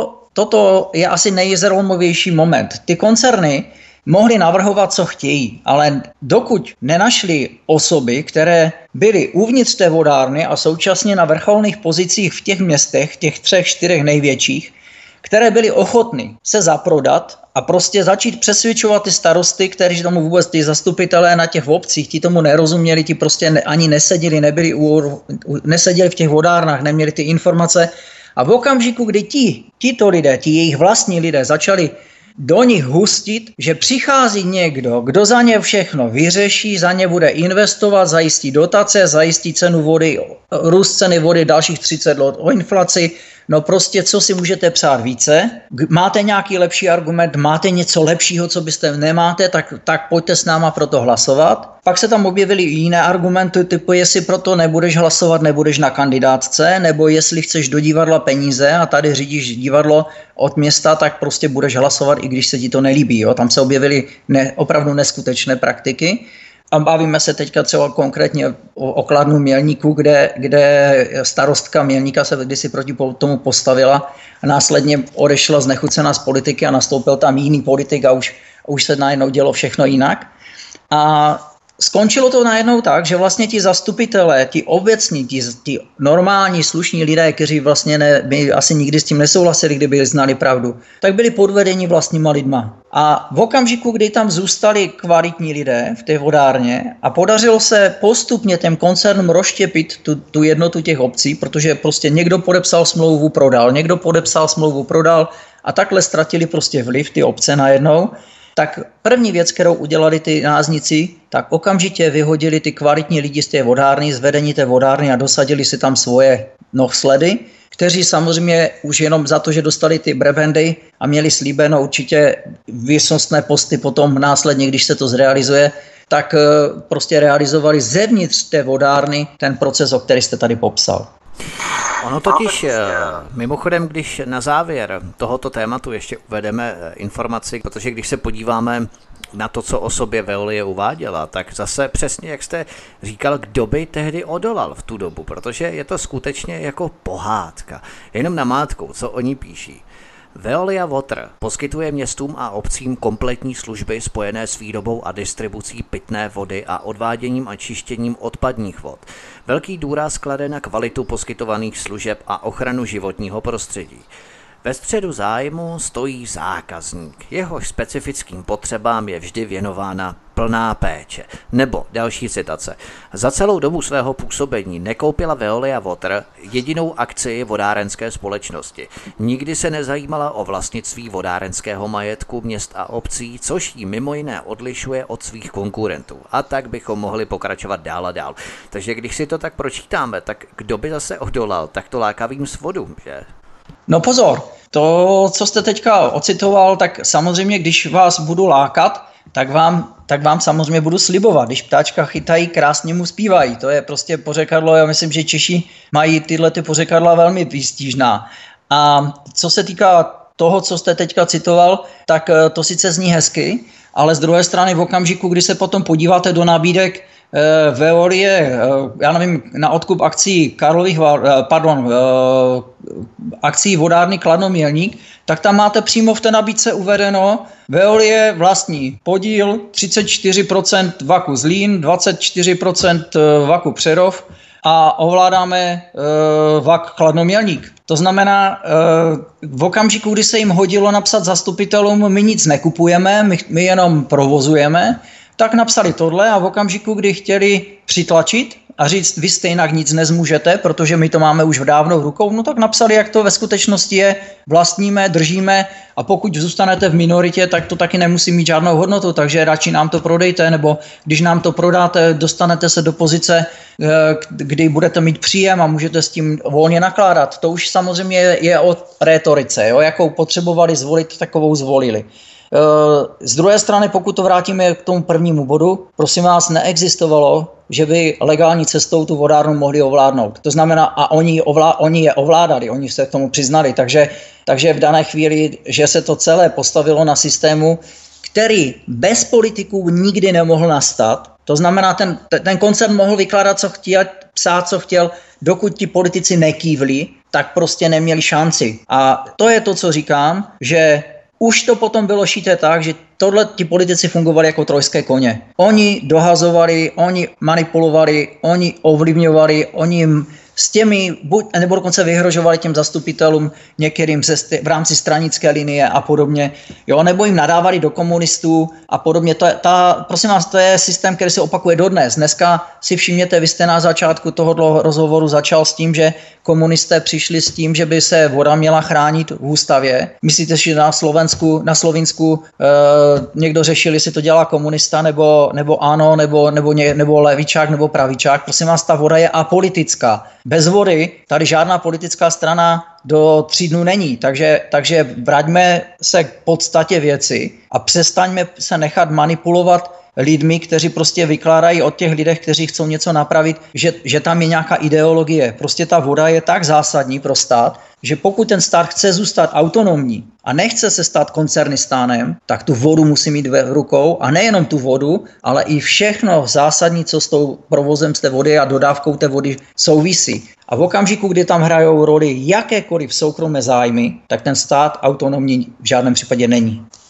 [SPEAKER 2] toto je asi nejzlomovější moment. Ty koncerny mohli navrhovat, co chtějí, ale dokud nenašli osoby, které byly uvnitř té vodárny a současně na vrcholných pozicích v těch městech, těch 3-4 největších, které byly ochotny se zaprodat a prostě začít přesvědčovat ty starosty, kteří tomu vůbec ty zastupitelé na těch obcích, ti tomu nerozuměli, ti prostě ani neseděli, neseděli v těch vodárnách, neměli ty informace. A v okamžiku, kdy tito lidé, ti jejich vlastní lidé začali do nich hustit, že přichází někdo, kdo za ně všechno vyřeší, za ně bude investovat, zajistí dotace, zajistí cenu vody, růst ceny vody dalších 30 let o inflaci. No prostě, co si můžete přát více? Máte nějaký lepší argument, máte něco lepšího, co byste nemáte, tak pojďte s náma pro to hlasovat. Pak se tam objevily i jiné argumenty, typu jestli proto nebudeš hlasovat, nebudeš na kandidátce, nebo jestli chceš do divadla peníze a tady řídíš divadlo od města, tak prostě budeš hlasovat, i když se ti to nelíbí. Jo? Tam se objevily opravdu neskutečné praktiky. A bavíme se teďka třeba konkrétně o Kladnu, Mělníku, kde starostka Mělníka se kdysi proti tomu postavila a následně odešla znechucená z politiky a nastoupil tam jiný politik a už se najednou dělo všechno jinak. A skončilo to najednou tak, že vlastně ti zastupitelé, ti obecní, ti normální, slušní lidé, kteří vlastně by asi nikdy s tím nesouhlasili, kdyby znali pravdu, tak byli podvedeni vlastníma lidma. A v okamžiku, kdy tam zůstali kvalitní lidé v té vodárně a podařilo se postupně těm koncernům rozštěpit tu jednotu těch obcí, protože prostě někdo podepsal smlouvu, prodal a takhle ztratili prostě vliv ty obce najednou, tak první věc, kterou udělali ty náznici, tak okamžitě vyhodili ty kvalitní lidi z té vodárny, z vedení té vodárny a dosadili si tam svoje nohsledy, kteří samozřejmě už jenom za to, že dostali ty prebendy a měli slíbeno určitě výsostné posty potom následně, když se to zrealizuje, tak prostě realizovali zevnitř té vodárny ten proces, o který jste tady popsal.
[SPEAKER 1] Ono totiž, mimochodem, když na závěr tohoto tématu ještě uvedeme informaci, protože když se podíváme na to, co o sobě Veolie uváděla, tak zase přesně, jak jste říkal, kdo by tehdy odolal v tu dobu, protože je to skutečně jako pohádka. Jenom namátkou, co oni píší. Veolia Water poskytuje městům a obcím kompletní služby spojené s výrobou a distribucí pitné vody a odváděním a čištěním odpadních vod. Velký důraz klade na kvalitu poskytovaných služeb a ochranu životního prostředí. Ve středu zájmu stojí zákazník. Jehož specifickým potřebám je vždy věnována plná péče. Nebo další citace. Za celou dobu svého působení nekoupila Veolia Water jedinou akcii vodárenské společnosti. Nikdy se nezajímala o vlastnictví vodárenského majetku měst a obcí, což ji mimo jiné odlišuje od svých konkurentů. A tak bychom mohli pokračovat dál a dál. Takže když si to tak pročítáme, tak kdo by zase odolal takto lákavým svodům, že?
[SPEAKER 2] No pozor, to, co jste teďka ocitoval, tak samozřejmě, když vás budu lákat, tak vám samozřejmě budu slibovat. Když ptáčka chytají, krásně mu zpívají. To je prostě pořekadlo, já myslím, že Češi mají tyhle ty pořekadla velmi výstižná. A co se týká toho, co jste teďka citoval, tak to sice zní hezky, ale z druhé strany v okamžiku, kdy se potom podíváte do nabídek Veolie, já nevím, na odkup akcí akcí vodárny Kladno-Mělník, tak tam máte přímo v té nabídce uvedeno, Veolie vlastní podíl 34% VAKu Zlín, 24% VAKu Přerov a ovládáme VAK Kladno-Mělník. To znamená, v okamžiku, kdy se jim hodilo napsat zastupitelům, my nic nekupujeme, my jenom provozujeme, tak napsali tohle a v okamžiku, kdy chtěli přitlačit a říct, vy stejně nic nezmůžete, protože my to máme už dávno v rukou, no tak napsali, jak to ve skutečnosti je, vlastníme, držíme a pokud zůstanete v minoritě, tak to taky nemusí mít žádnou hodnotu, takže radši nám to prodejte, nebo když nám to prodáte, dostanete se do pozice, kdy budete mít příjem a můžete s tím volně nakládat. To už samozřejmě je o rétorice, jo? Jakou potřebovali zvolit, takovou zvolili. Z druhé strany, pokud to vrátíme k tomu prvnímu bodu, prosím vás, neexistovalo, že by legální cestou tu vodárnu mohli ovládnout. To znamená, a oni je ovládali, oni se k tomu přiznali, takže v dané chvíli, že se to celé postavilo na systému, který bez politiků nikdy nemohl nastat. To znamená, ten koncern mohl vykládat, co chtěl, psát, co chtěl, dokud ti politici nekývli, tak prostě neměli šanci. A to je to, co říkám, že už to potom bylo šité tak, že tohle ti politici fungovali jako trojské koně. Oni dohazovali, oni manipulovali, oni ovlivňovali, oni jim s těmi, nebo dokonce vyhrožovali těm zastupitelům některým v rámci stranické linie a podobně, jo, nebo jim nadávali do komunistů a podobně. Prosím vás, to je systém, který se opakuje dodnes. Dneska si všimněte, vy jste na začátku tohoto rozhovoru začal s tím, že komunisté přišli s tím, že by se voda měla chránit v ústavě. Myslíte, že na Slovinsku někdo řešil, jestli to dělá komunista, nebo ano, nebo levičák, nebo pravičák? Prosím vás, ta voda je apolitická. Bez vody tady žádná politická strana do 3 dnů není, takže vraťme se k podstatě věci a přestaňme se nechat manipulovat lidmi, kteří prostě vykládají od těch lidech, kteří chcou něco napravit, že tam je nějaká ideologie. Prostě ta voda je tak zásadní pro stát, že pokud ten stát chce zůstat autonomní a nechce se stát koncernistánem, tak tu vodu musí mít v rukou a nejenom tu vodu, ale i všechno zásadní, co s tou provozem z té vody a dodávkou té vody souvisí. A v okamžiku, kdy tam hrajou roli jakékoliv soukromé zájmy, tak ten stát autonomní v žádném případě není.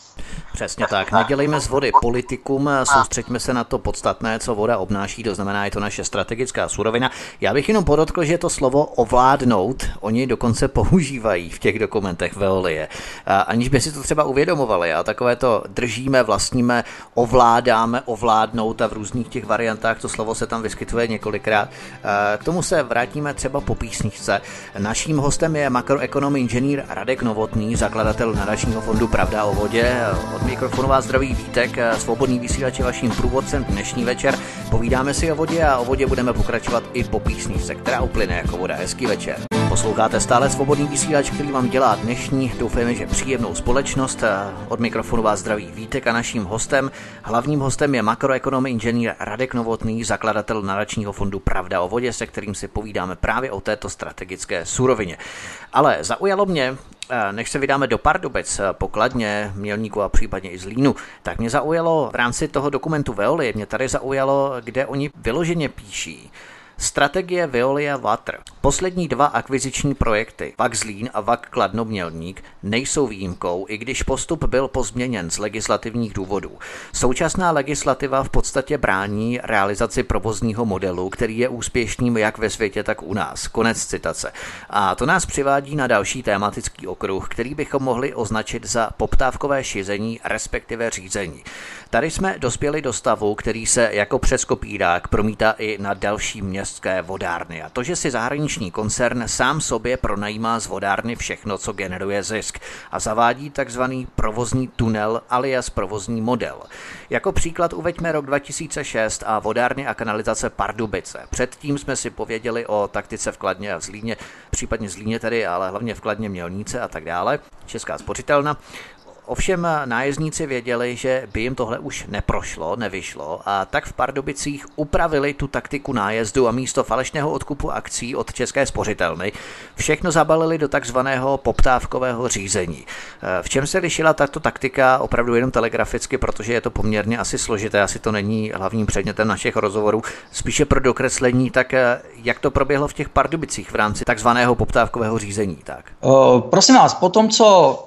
[SPEAKER 1] Přesně tak. Nedělejme z vody politikum, soustřeďme se na to podstatné, co voda obnáší, to znamená, je to naše strategická surovina. Já bych jenom podotkl, že to slovo ovládnout, oni dokonce používají v těch dokumentech Veolie, aniž by si to třeba uvědomovali. A takové to držíme, vlastníme, ovládáme, ovládnout a v různých těch variantách to slovo se tam vyskytuje několikrát. K tomu se vrátíme třeba po písničce. Naším hostem je makroekonom inženýr Radek Novotný, zakladatel nadačního fondu Pravda o vodě. Od mikrofonu vás zdraví Vítek, svobodný vysílač je vaším průvodcem dnešní večer. Povídáme si o vodě a o vodě budeme pokračovat i po písničce, která uplyne jako voda. Hezký večer. Posloucháte stále svobodný vysílač, který vám dělá dnešní, doufejme, že příjemnou společnost. Od mikrofonu vás zdraví Vítek a naším hlavním hostem je makroekonom inženýr Radek Novotný, zakladatel nadačního fondu Pravda o vodě, se kterým si povídáme právě o této strategické surovině. Ale zaujalo mě, než se vydáme do Pardubic, po Kladně, Mělníku a případně i Zlínu, tak mě zaujalo v rámci toho dokumentu Veolie, mě tady zaujalo, kde oni vyloženě píší: strategie Veolia Water. Poslední 2 akviziční projekty, VAK Zlín a VAK Kladno Mělník, nejsou výjimkou, i když postup byl pozměněn z legislativních důvodů. Současná legislativa v podstatě brání realizaci provozního modelu, který je úspěšným jak ve světě, tak u nás. Konec citace. A to nás přivádí na další tématický okruh, který bychom mohli označit za poptávkové šizení, respektive řízení. Tady jsme dospěli do stavu, který se jako přes kopírák promítá i na další městské vodárny. A to, že si zahraniční koncern sám sobě pronajímá z vodárny všechno, co generuje zisk, a zavádí takzvaný provozní tunel alias provozní model. Jako příklad uveďme rok 2006 a vodárny a kanalizace Pardubice. Předtím jsme si pověděli o taktice v Kladně a v Zlíně, případně Zlíně tedy, ale hlavně v Kladně, Mělníce a tak dále. Česká spořitelna. Ovšem nájezdníci věděli, že by jim tohle už neprošlo, nevyšlo, a tak v Pardubicích upravili tu taktiku nájezdu a místo falešného odkupu akcí od České spořitelny všechno zabalili do takzvaného poptávkového řízení. V čem se lišila tato taktika opravdu jenom telegraficky, protože je to poměrně asi složité, asi to není hlavním předmětem našich rozhovorů, spíše pro dokreslení, tak jak to proběhlo v těch Pardubicích v rámci takzvaného poptávkového řízení? Tak.
[SPEAKER 2] Prosím vás, po tom, co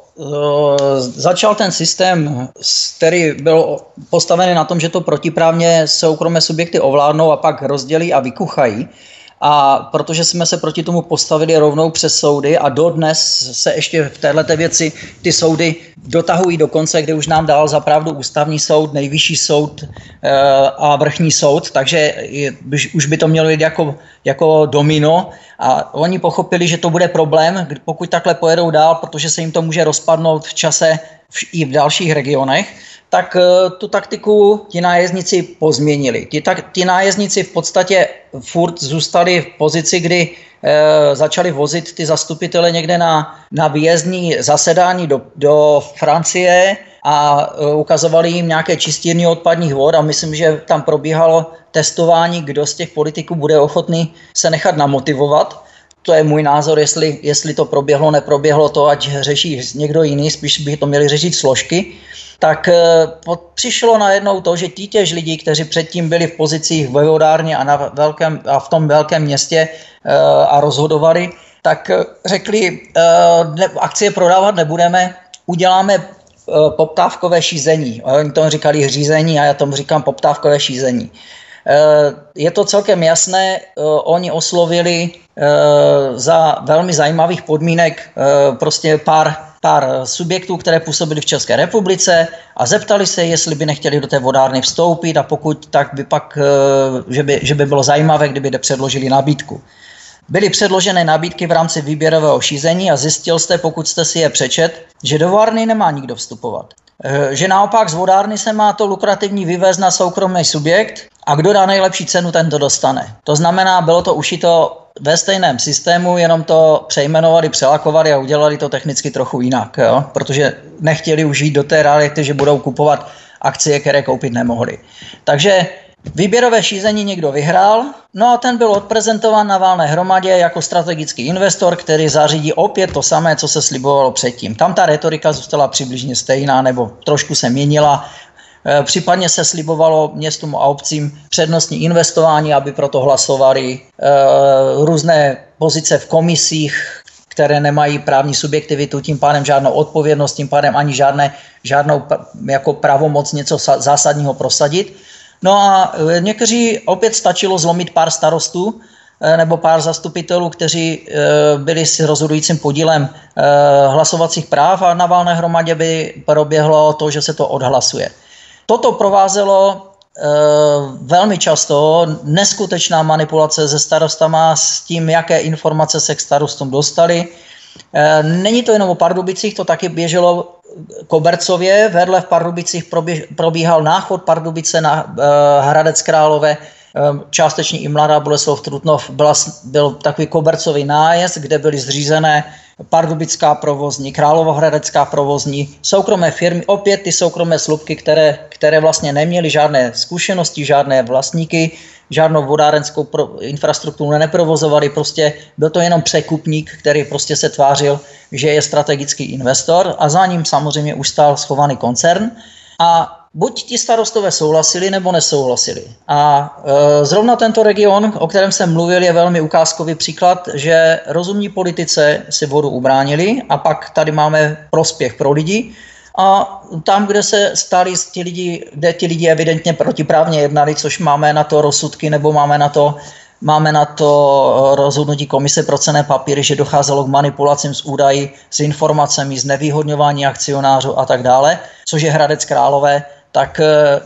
[SPEAKER 2] začal ten systém, který byl postavený na tom, že to protiprávně soukromé subjekty ovládnou a pak rozdělí a vykuchají. A protože jsme se proti tomu postavili rovnou přes soudy a dodnes se ještě v této věci ty soudy dotahují do konce, kde už nám dal za pravdu ústavní soud, nejvyšší soud a vrchní soud, takže už by to mělo jít jako domino. A oni pochopili, že to bude problém, pokud takhle pojedou dál, protože se jim to může rozpadnout v čase i v dalších regionech, tak tu taktiku ti nájezdníci pozměnili. Ti nájezdníci v podstatě furt zůstali v pozici, kdy začali vozit ty zastupitele někde na výjezdní zasedání do Francie a ukazovali jim nějaké čistírny odpadních vod a myslím, že tam probíhalo testování, kdo z těch politiků bude ochotný se nechat namotivovat. To je můj názor, jestli to proběhlo, neproběhlo, to ať řeší někdo jiný, spíš by to měli řešit složky. Tak přišlo najednou to, že těž lidi, kteří předtím byli v pozicích ve vodárně a v tom velkém městě a rozhodovali, tak řekli, akcie prodávat nebudeme, uděláme poptávkové šízení. Oni tomu říkali řízení a já tomu říkám poptávkové šízení. Je to celkem jasné, oni oslovili za velmi zajímavých podmínek prostě pár subjektů, které působily v České republice a zeptali se, jestli by nechtěli do té vodárny vstoupit a pokud, tak by pak, že by bylo zajímavé, kdyby předložili nabídku. Byly předložené nabídky v rámci výběrového šízení a zjistil jste, pokud jste si je přečet, že do vodárny nemá nikdo vstupovat. Že naopak z vodárny se má to lukrativní vyvést na soukromý subjekt a kdo dá nejlepší cenu, ten to dostane. To znamená, bylo to ušito ve stejném systému, jenom to přejmenovali, přelakovali a udělali to technicky trochu jinak, jo? Protože nechtěli už jít do té reality, že budou kupovat akcie, které koupit nemohli. Takže výběrové šízení někdo vyhrál, no a ten byl odprezentován na valné hromadě jako strategický investor, který zařídí opět to samé, co se slibovalo předtím. Tam ta retorika zůstala přibližně stejná nebo trošku se měnila. Případně se slibovalo městům a obcím přednostní investování, aby proto hlasovali, různé pozice v komisích, které nemají právní subjektivitu, tím pádem žádnou odpovědnost, tím pádem ani žádnou jako pravomoc něco zásadního prosadit. No a někteří opět stačilo zlomit pár starostů nebo pár zastupitelů, kteří byli s rozhodujícím podílem hlasovacích práv a na valné hromadě by proběhlo to, že se to odhlasuje. Toto provázelo velmi často neskutečná manipulace se starostama s tím, jaké informace se k starostům dostaly. Není to jenom o Pardubicích, to taky běželo Kobercově, vedle v Pardubicích probíhal náchod Pardubice na Hradec Králové, částečně i Mladá Boleslav Trutnov, byl takový Kobercový nájezd, kde byly zřízené Pardubická provozní, Královohradecká provozní, soukromé firmy, opět ty soukromé slupky, které vlastně neměly žádné zkušenosti, žádné vlastníky, žádnou vodárenskou infrastrukturu neprovozovali, prostě byl to jenom překupník, který prostě se tvářil, že je strategický investor a za ním samozřejmě už stál schovaný koncern a buď ti starostové souhlasili, nebo nesouhlasili. A zrovna tento region, o kterém jsem mluvil, je velmi ukázkový příklad, že rozumní politice si vodu ubránili a pak tady máme prospěch pro lidi. A tam, kde se stali kde ti lidi evidentně protiprávně jednali, což máme na to rozsudky, nebo máme na to rozhodnutí komise pro cenné papíry, že docházelo k manipulacím s údaji, s informacemi, z nevýhodňování akcionářů a tak dále, což je Hradec Králové, tak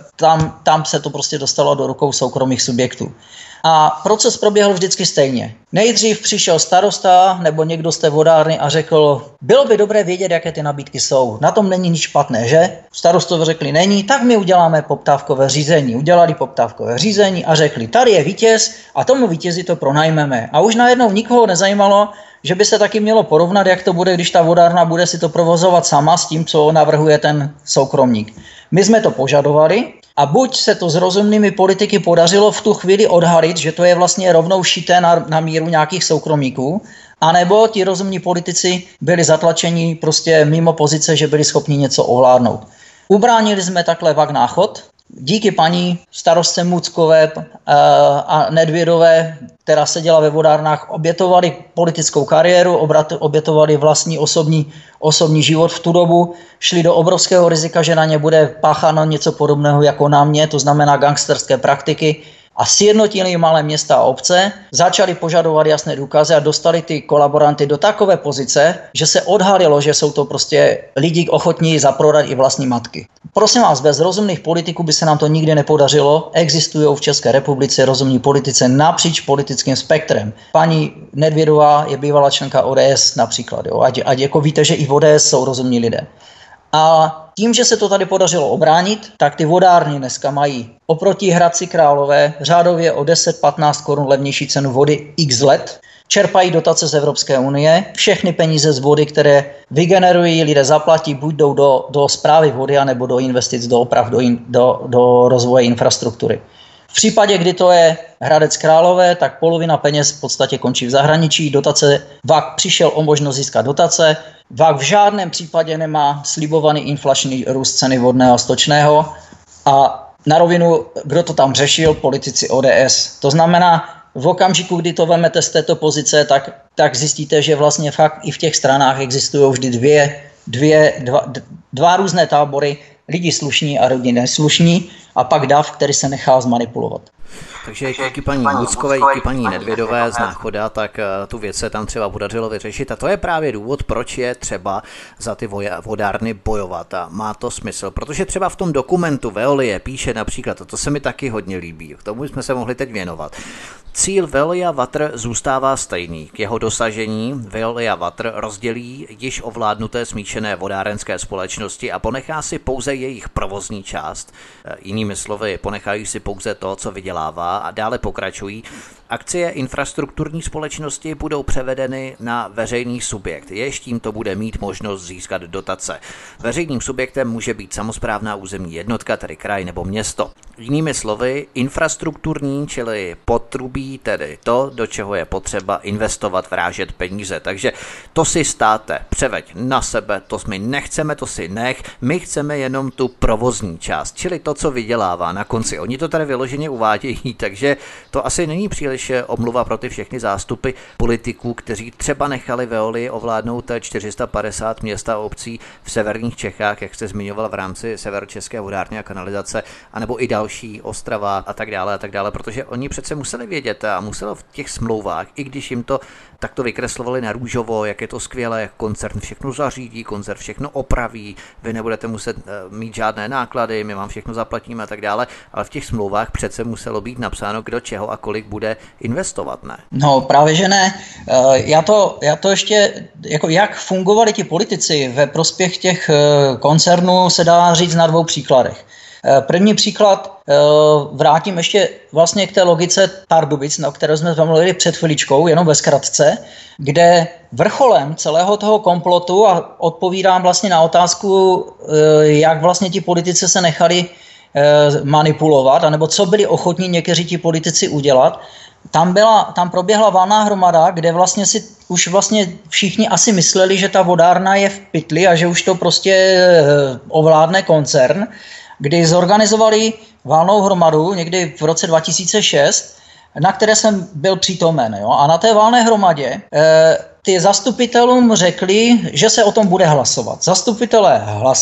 [SPEAKER 2] tam se to prostě dostalo do rukou soukromých subjektů. A proces proběhl vždycky stejně. Nejdřív přišel starosta nebo někdo z té vodárny a řekl, bylo by dobré vědět, jaké ty nabídky jsou. Na tom není nic špatné, že? Starostové řekli, není, tak my uděláme poptávkové řízení. Udělali poptávkové řízení a řekli, tady je vítěz a tomu vítězi to pronajmeme. A už najednou nikoho nezajímalo, že by se taky mělo porovnat, jak to bude, když ta vodárna bude si to provozovat sama s tím, co navrhuje ten soukromník. My jsme to požadovali a buď se to s rozumnými politiky podařilo v tu chvíli odhalit, že to je vlastně rovnou šité na míru nějakých soukromníků, anebo ti rozumní politici byli zatlačeni prostě mimo pozice, že byli schopni něco ovládnout. Ubránili jsme takhle vak náchod. Díky paní starostce Muckové a Nedvědové, která seděla ve vodárnách, obětovali politickou kariéru, obětovali vlastní osobní život v tu dobu, šli do obrovského rizika, že na ně bude pácháno něco podobného jako na mě, to znamená gangsterské praktiky, a sjednotili malé města a obce, začali požadovat jasné důkazy a dostali ty kolaboranty do takové pozice, že se odhalilo, že jsou to prostě lidi ochotní zaprodat i vlastní matky. Prosím vás, bez rozumných politiků by se nám to nikdy nepodařilo. Existují v České republice rozumní politice napříč politickým spektrem. Paní Nedvědová je bývalá členka ODS například. Jo? Ať jako víte, že i v ODS jsou rozumní lidé. A tím, že se to tady podařilo obránit, tak ty vodárny dneska mají oproti Hradci Králové řádově o 10-15 korun levnější cenu vody x let. Čerpají dotace z Evropské unie, všechny peníze z vody, které vygenerují, lidé zaplatí, buď jdou do správy vody, anebo do investic, do oprav, do rozvoje infrastruktury. V případě, kdy to je Hradec Králové, tak polovina peněz v podstatě končí v zahraničí. VAK přišel o možnost získat dotace. VAK v žádném případě nemá slibovaný inflační růst ceny vodného a stočného. A na rovinu, kdo to tam řešil? Politici ODS. To znamená, v okamžiku, kdy to vemete z této pozice, tak zjistíte, že vlastně fakt i v těch stranách existují vždy dva různé tábory, lidi slušní a lidi neslušní a pak dav, který se nechá zmanipulovat.
[SPEAKER 1] Takže díky paní Muckové, díky paní Nedvědové z Náchoda, tak tu věc se tam třeba podařilo vyřešit a to je právě důvod, proč je třeba za ty vodárny bojovat a má to smysl, protože třeba v tom dokumentu Veolie píše například, a to se mi taky hodně líbí, k tomu jsme se mohli teď věnovat. Cíl Veolia Water zůstává stejný. K jeho dosažení Veolia Water rozdělí již ovládnuté smíšené vodárenské společnosti a ponechá si pouze jejich provozní část. Jinými slovy, ponechají si pouze to, co vydělává a dále pokračují. Akcie infrastrukturní společnosti budou převedeny na veřejný subjekt, jež tímto bude mít možnost získat dotace. Veřejným subjektem může být samosprávná územní jednotka, tedy kraj nebo město. Jinými slovy, infrastrukturní, čili potrubí, tedy to, do čeho je potřeba investovat, vrážet peníze. Takže to si státe, převeď na sebe, to my nechceme, to si nech, my chceme jenom tu provozní část, čili to, co vydělává na konci. Oni to tady vyloženě uvádějí, takže to asi není příliš omluva pro ty všechny zástupy politiků, kteří třeba nechali Veoly ovládnout 450 měst a obcí v severních Čechách, jak jste zmiňoval v rámci Severočeské vodárny a kanalizace, anebo i další, Ostrava a tak dále, protože oni přece museli vědět a muselo v těch smlouvách, i když jim to takto vykreslovali na růžovo, jak je to skvělé, jak koncern všechno zařídí, koncern všechno opraví, vy nebudete muset mít žádné náklady, my vám všechno zaplatíme a tak dále, ale v těch smlouvách přece muselo být napsáno, kdo čeho a kolik bude investovat, ne?
[SPEAKER 2] No právě, že ne. Já to ještě, jako jak fungovali ti politici ve prospěch těch koncernů, se dá říct na 2 příkladech. První příklad, vrátím ještě vlastně k té logice Pardubic, o které jsme mluvili před chviličkou, jenom ve zkratce, kde vrcholem celého toho komplotu, a odpovídám vlastně na otázku, jak vlastně ti politici se nechali manipulovat, anebo co byli ochotní někteří ti politici udělat, tam proběhla valná hromada, kde vlastně už vlastně všichni asi mysleli, že ta vodárna je v pytli a že už to prostě ovládne koncern, kdy zorganizovali valnou hromadu někdy v roce 2006, na které jsem byl přítomen. Jo? A na té valné hromadě ty zastupitelům řekli, že se o tom bude hlasovat. Zastupitelé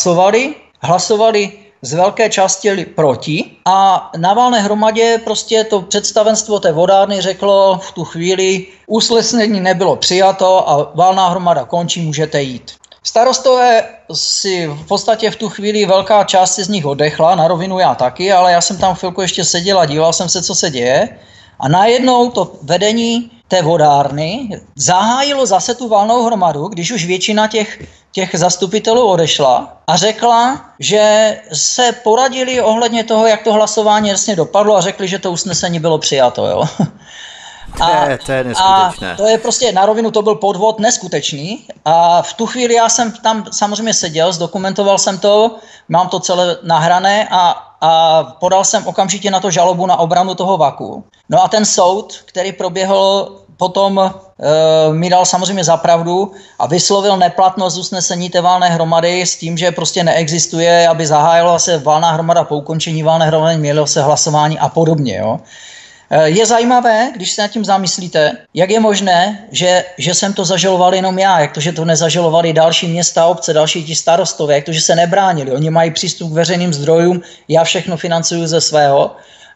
[SPEAKER 2] hlasovali z velké části proti a na valné hromadě prostě to představenstvo té vodárny řeklo v tu chvíli, usnesení nebylo přijato a valná hromada končí, můžete jít. Starostové si v podstatě v tu chvíli velká část z nich oddechla, na rovinu já taky, ale já jsem tam chvilku ještě seděl a díval jsem se, co se děje. A najednou to vedení té vodárny zahájilo zase tu valnou hromadu, když už většina těch zastupitelů odešla a řekla, že se poradili ohledně toho, jak to hlasování jasně dopadlo a řekli, že to usnesení bylo přijato. Jo?
[SPEAKER 1] To je neskutečné.
[SPEAKER 2] A to je prostě na rovinu, to byl podvod neskutečný. A v tu chvíli já jsem tam samozřejmě seděl, zdokumentoval jsem to, mám to celé nahrané a podal jsem okamžitě na to žalobu na obranu toho VAKu. No a ten soud, který proběhl potom, mi dal samozřejmě za pravdu a vyslovil neplatnost usnesení té valné hromady s tím, že prostě neexistuje, aby zahájila se valná hromada po ukončení valné hromady, mělo se hlasování a podobně. Jo. Je zajímavé, když se nad tím zamyslíte, jak je možné, že jsem to zažaloval jenom já, jak to, že to nezažalovali další města, obce, další ti starostové, jak to, že se nebránili. Oni mají přístup k veřejným zdrojům, já všechno financuju ze svého.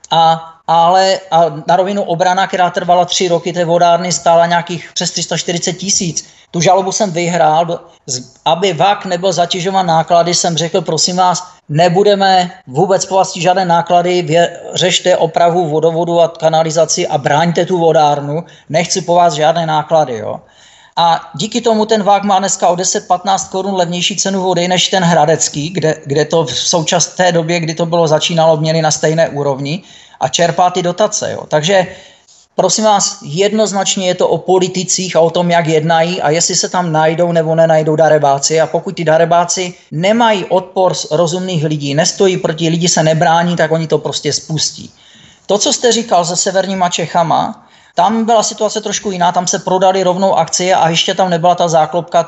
[SPEAKER 2] Ale na rovinu obrana, která trvala 3 roky té vodárny, stála nějakých přes 340 000. Tu žalobu jsem vyhrál, aby VAK nebyl zatěžován náklady, jsem řekl, prosím vás, nebudeme vůbec po vás žádné náklady, řešte opravu vodovodu a kanalizaci a bráňte tu vodárnu, nechci po vás žádné náklady. Jo. A díky tomu ten VAK má dneska o 10-15 korun levnější cenu vody než ten hradecký, kde to v současné době, kdy to bylo začínalo, měli na stejné úrovni a čerpá ty dotace. Jo. Takže prosím vás, jednoznačně je to o politicích a o tom, jak jednají a jestli se tam najdou nebo nenajdou darebáci. A pokud ty darebáci nemají odpor z rozumných lidí, nestojí proti, lidi se nebrání, tak oni to prostě spustí. To, co jste říkal se severníma Čechama, tam byla situace trošku jiná, tam se prodali rovnou akcie a ještě tam nebyla ta záklopka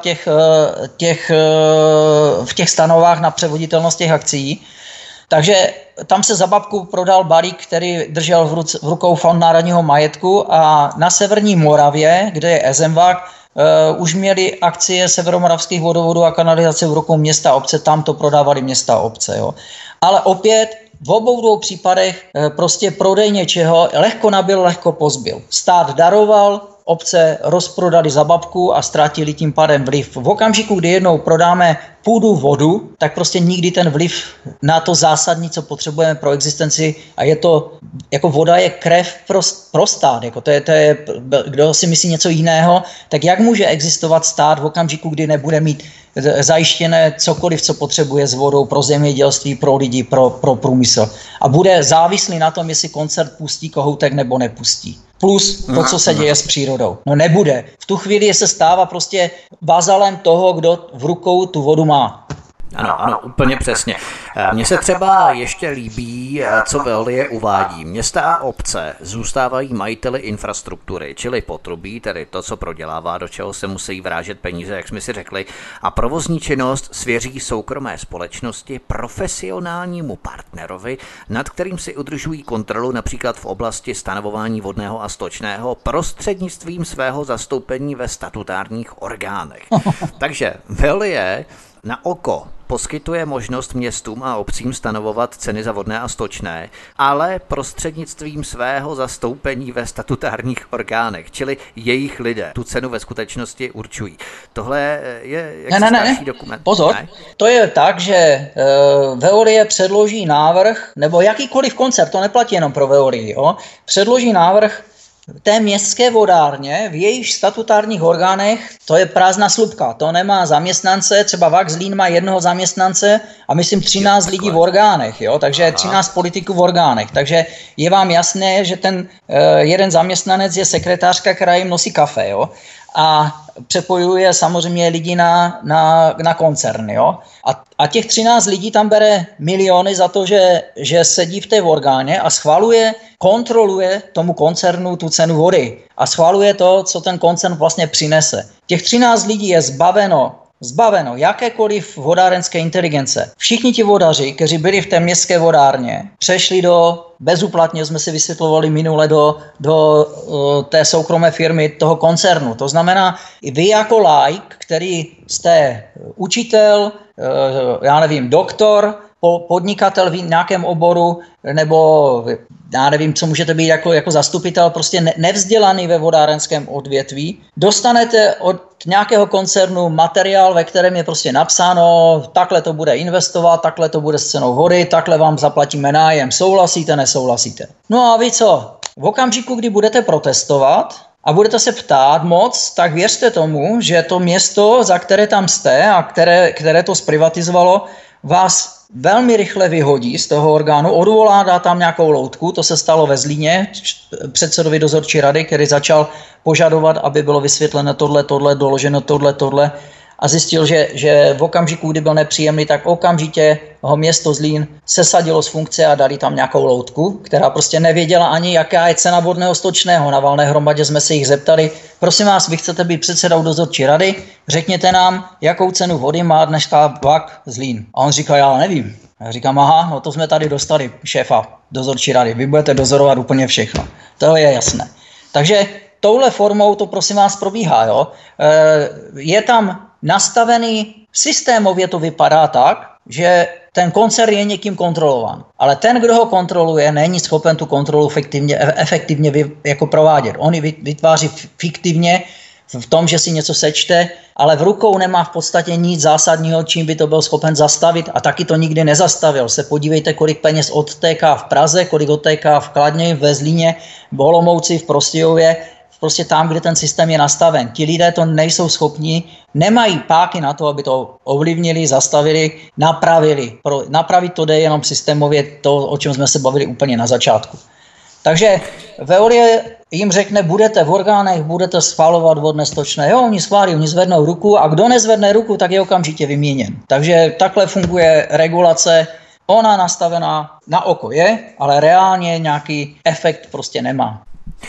[SPEAKER 2] v těch stanovách na převoditelnost těch akcií. Takže tam se za babku prodal balík, který držel v rukou Fond národního majetku a na severní Moravě, kde je Ezemvák, už měli akcie severomoravských vodovodů a kanalizace v rukou města a obce, tam to prodávali města a obce. Jo. Ale opět v obou 2 případech prostě prodej něčeho lehko nabil, lehko pozbyl. Stát daroval, obce rozprodali za babku a ztratili tím pádem vliv. V okamžiku, kdy jednou prodáme půdu, vodu, tak prostě nikdy ten vliv na to zásadní, co potřebujeme pro existenci, a je to, jako voda je krev pro stát, jako to je, kdo si myslí něco jiného, tak jak může existovat stát v okamžiku, kdy nebude mít zajištěné cokoliv, co potřebuje s vodou pro zemědělství, pro lidi, pro průmysl. A bude závislý na tom, jestli koncert pustí kohoutek nebo nepustí. Plus to, co se děje s přírodou. No nebude. V tu chvíli se stává prostě vazalem toho, kdo v rukou tu vodu má.
[SPEAKER 1] Ano, úplně přesně. Mně se třeba ještě líbí, co Veolie uvádí. Města a obce zůstávají majiteli infrastruktury, čili potrubí, tedy to, co prodělává, do čeho se musí vrážet peníze, jak jsme si řekli, a provozní činnost svěří soukromé společnosti profesionálnímu partnerovi, nad kterým si udržují kontrolu například v oblasti stanovování vodného a stočného prostřednictvím svého zastoupení ve statutárních orgánech. Takže Veolie na oko poskytuje možnost městům a obcím stanovovat ceny za vodné a stočné, ale prostřednictvím svého zastoupení ve statutárních orgánech, čili jejich lidé tu cenu ve skutečnosti určují. Tohle je starší dokument.
[SPEAKER 2] Pozor, ne? To je tak, že Veolie předloží návrh, nebo jakýkoliv koncert, to neplatí jenom pro Veolii, předloží návrh té městské vodárně, v jejich statutárních orgánech, to je prázdná slupka, to nemá zaměstnance, třeba VAK Zlín má jednoho zaměstnance a myslím 13 lidí v orgánech, takže 13 politiků v orgánech, takže je vám jasné, že ten jeden zaměstnanec je sekretářka, která jim nosí kafe, a přepojuje samozřejmě lidi na koncern, A těch 13 lidí tam bere miliony za to, že sedí v té orgáně a kontroluje tomu koncernu tu cenu vody a schvaluje to, co ten koncern vlastně přinese. Těch 13 lidí je zbaveno jakékoliv vodárenské inteligence. Všichni ti vodaři, kteří byli v té městské vodárně, přešli bezúplatně jsme si vysvětlovali minule do té soukromé firmy toho koncernu. To znamená, i vy jako laik, který jste učitel, já nevím, doktor, podnikatel v nějakém oboru, nebo já nevím, co můžete být jako zastupitel, prostě nevzdělaný ve vodárenském odvětví, dostanete od nějakého koncernu materiál, ve kterém je prostě napsáno, takhle to bude investovat, takhle to bude s cenou vody, takhle vám zaplatíme nájem, souhlasíte, nesouhlasíte. No a vy co? V okamžiku, kdy budete protestovat a budete se ptát moc, tak věřte tomu, že to město, za které tam jste a které to zprivatizovalo, vás velmi rychle vyhodí z toho orgánu, odvolá, dá tam nějakou loutku, to se stalo ve Zlíně, předsedovi dozorčí rady, který začal požadovat, aby bylo vysvětleno tohle, doloženo tohle a zjistil, že v okamžiku, kdy byl nepříjemný, tak okamžitě ho město Zlín sesadilo z funkce a dali tam nějakou loutku, která prostě nevěděla ani, jaká je cena vodného stočného. Na valné hromadě jsme se jich zeptali, prosím vás, vy chcete být předsedou dozorčí rady, řekněte nám, jakou cenu vody má dneska VAK Zlín. A on říkal, já nevím. Já říkám, aha, no to jsme tady dostali šéfa dozorčí rady, vy budete dozorovat úplně všechno. To je jasné. Takže touhle formou to prosím vás probíhá. Je tam nastavený, systémově to vypadá tak, že ten koncern je někým kontrolován. Ale ten, kdo ho kontroluje, není schopen tu kontrolu efektivně jako provádět. On ji vytváří fiktivně v tom, že si něco sečte, ale v rukou nemá v podstatě nic zásadního, čím by to byl schopen zastavit a taky to nikdy nezastavil. Se podívejte, kolik peněz odtéká v Praze, kolik odtéká v Kladně, ve Zlíně, v Olomouci, v Prostějově, prostě tam, kde ten systém je nastaven. Ti lidé to nejsou schopni, nemají páky na to, aby to ovlivnili, zastavili, napravili. Napravit to jde jenom systémově to, o čem jsme se bavili úplně na začátku. Takže Veolie jim řekne, budete v orgánech, budete schvalovat vodné stočné. Jo, oni schválí, oni zvednou ruku a kdo nezvedne ruku, tak je okamžitě vyměněn. Takže takhle funguje regulace. Ona nastavená na oko je, ale reálně nějaký efekt prostě nemá.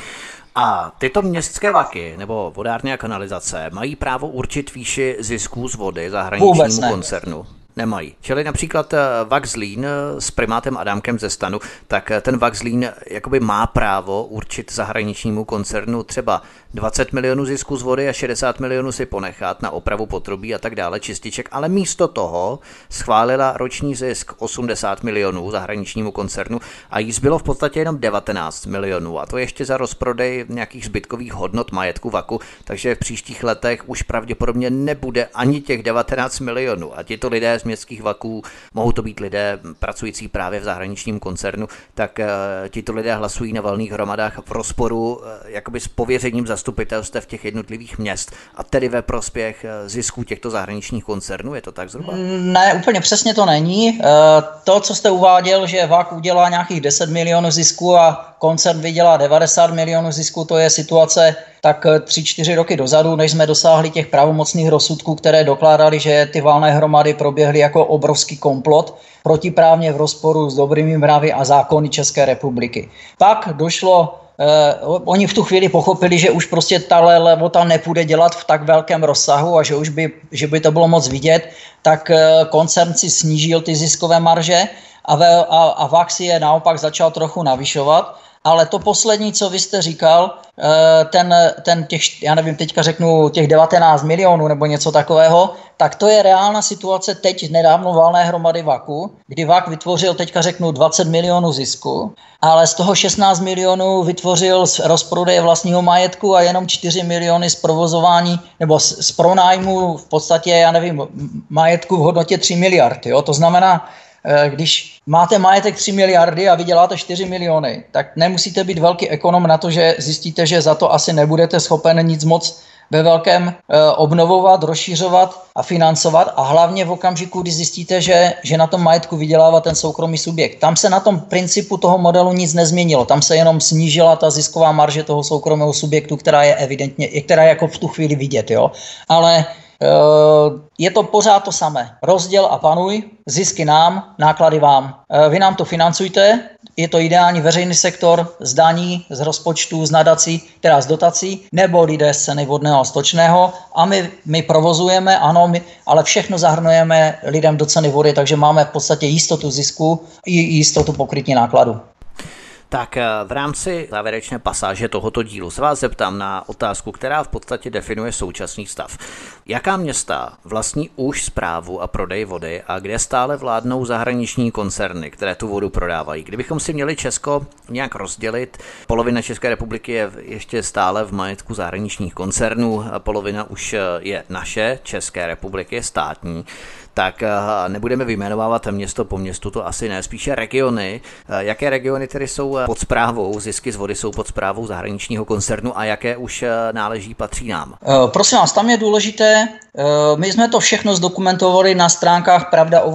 [SPEAKER 1] A tyto městské vaky nebo vodárny a kanalizace mají právo určit výši zisků z vody zahraničnímu koncernu? Nemají. Čili například VAK Zlín s primátem Adámkem ze STANu, tak ten VAK Zlín jakoby má právo určit zahraničnímu koncernu třeba 20 milionů zisku z vody a 60 milionů si ponechat na opravu potrubí a tak dále, čističek, ale místo toho schválila roční zisk 80 milionů zahraničnímu koncernu a jí zbylo v podstatě jenom 19 milionů a to ještě za rozprodej nějakých zbytkových hodnot majetku VAKu, takže v příštích letech už pravděpodobně nebude ani těch 19 milionů a tito lidé z městských VAKů, mohou to být lidé pracující právě v zahraničním koncernu, tak tito lidé hlasují na valných hromadách v rozporu jakoby s pověřením zastupitelstev těch jednotlivých měst a tedy ve prospěch zisků těchto zahraničních koncernů, je to tak zhruba?
[SPEAKER 2] Ne, úplně přesně to není. To, co jste uváděl, že VAK udělá nějakých 10 milionů zisků a koncern vydělá 90 milionů zisku, to je situace tak 3-4 roky dozadu, než jsme dosáhli těch pravomocných rozsudků, které dokládaly, že ty valné hromady proběhly jako obrovský komplot protiprávně v rozporu s dobrými mravy a zákony České republiky. Pak došlo, oni v tu chvíli pochopili, že už prostě ta levota nepůjde dělat v tak velkém rozsahu a že by to bylo moc vidět, tak koncern si snížil ty ziskové marže a VAX je naopak začal trochu navyšovat. Ale to poslední, co vy jste říkal, já nevím, teďka řeknu těch 19 milionů nebo něco takového, tak to je reálná situace teď nedávno valné hromady VAKu, kdy VAK vytvořil, teďka řeknu, 20 milionů zisku, ale z toho 16 milionů vytvořil z rozprodeje vlastního majetku a jenom 4 miliony z provozování nebo z pronájmu v podstatě, já nevím, majetku v hodnotě 3 miliard. Jo? To znamená, když máte majetek 3 miliardy a vyděláte 4 miliony, tak nemusíte být velký ekonom na to, že zjistíte, že za to asi nebudete schopen nic moc ve velkém obnovovat, rozšiřovat a financovat a hlavně v okamžiku, kdy zjistíte, že na tom majetku vydělává ten soukromý subjekt. Tam se na tom principu toho modelu nic nezměnilo, tam se jenom snížila ta zisková marže toho soukromého subjektu, která je evidentně, která je jako v tu chvíli vidět, jo. Ale je to pořád to samé. Rozděl a panuj, zisky nám, náklady vám. Vy nám to financujte, je to ideální veřejný sektor z daní, z rozpočtu, z nadací, teda z dotací, nebo lidé z ceny vodného a stočného a my provozujeme, ano, ale všechno zahrnujeme lidem do ceny vody, takže máme v podstatě jistotu zisku i jistotu pokrytí nákladu.
[SPEAKER 1] Tak v rámci závěrečné pasáže tohoto dílu se vás zeptám na otázku, která v podstatě definuje současný stav. Jaká města vlastní už správu a prodej vody a kde stále vládnou zahraniční koncerny, které tu vodu prodávají? Kdybychom si měli Česko nějak rozdělit, polovina České republiky je ještě stále v majetku zahraničních koncernů, polovina už je naše, České republiky, státní. Tak nebudeme vyjmenovávat město po městu, to asi ne, spíše regiony. Jaké regiony tedy jsou pod správou, zisky z vody jsou pod správou zahraničního koncernu a jaké už patří nám?
[SPEAKER 2] Prosím vás, tam je důležité, my jsme to všechno zdokumentovali na stránkách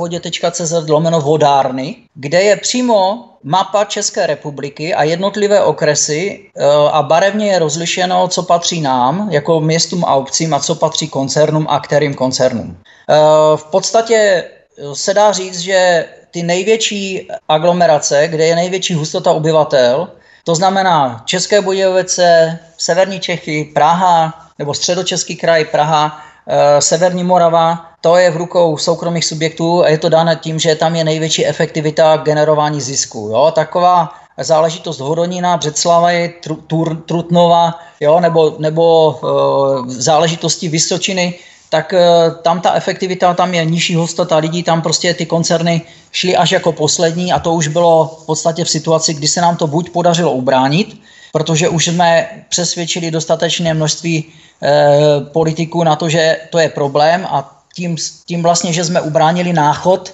[SPEAKER 2] pravdaovodě.cz/vodárny, kde je přímo mapa České republiky a jednotlivé okresy a barevně je rozlišeno, co patří nám, jako městům a obcím a co patří koncernům a kterým koncernům. V podstatě se dá říct, že ty největší aglomerace, kde je největší hustota obyvatel, to znamená České Budějovice, severní Čechy, Praha nebo středočeský kraj, Praha, severní Morava, to je v rukou soukromých subjektů a je to dáno tím, že tam je největší efektivita generování zisku. Jo? Taková záležitost Hodonína, Břeclavy, Trutnova, jo? nebo záležitosti Vysočiny, tak tam ta efektivita, tam je nižší hustota lidí, tam prostě ty koncerny šly až jako poslední a to už bylo v podstatě v situaci, kdy se nám to buď podařilo ubránit, protože už jsme přesvědčili dostatečné množství politiků na to, že to je problém a tím vlastně, že jsme ubránili náchod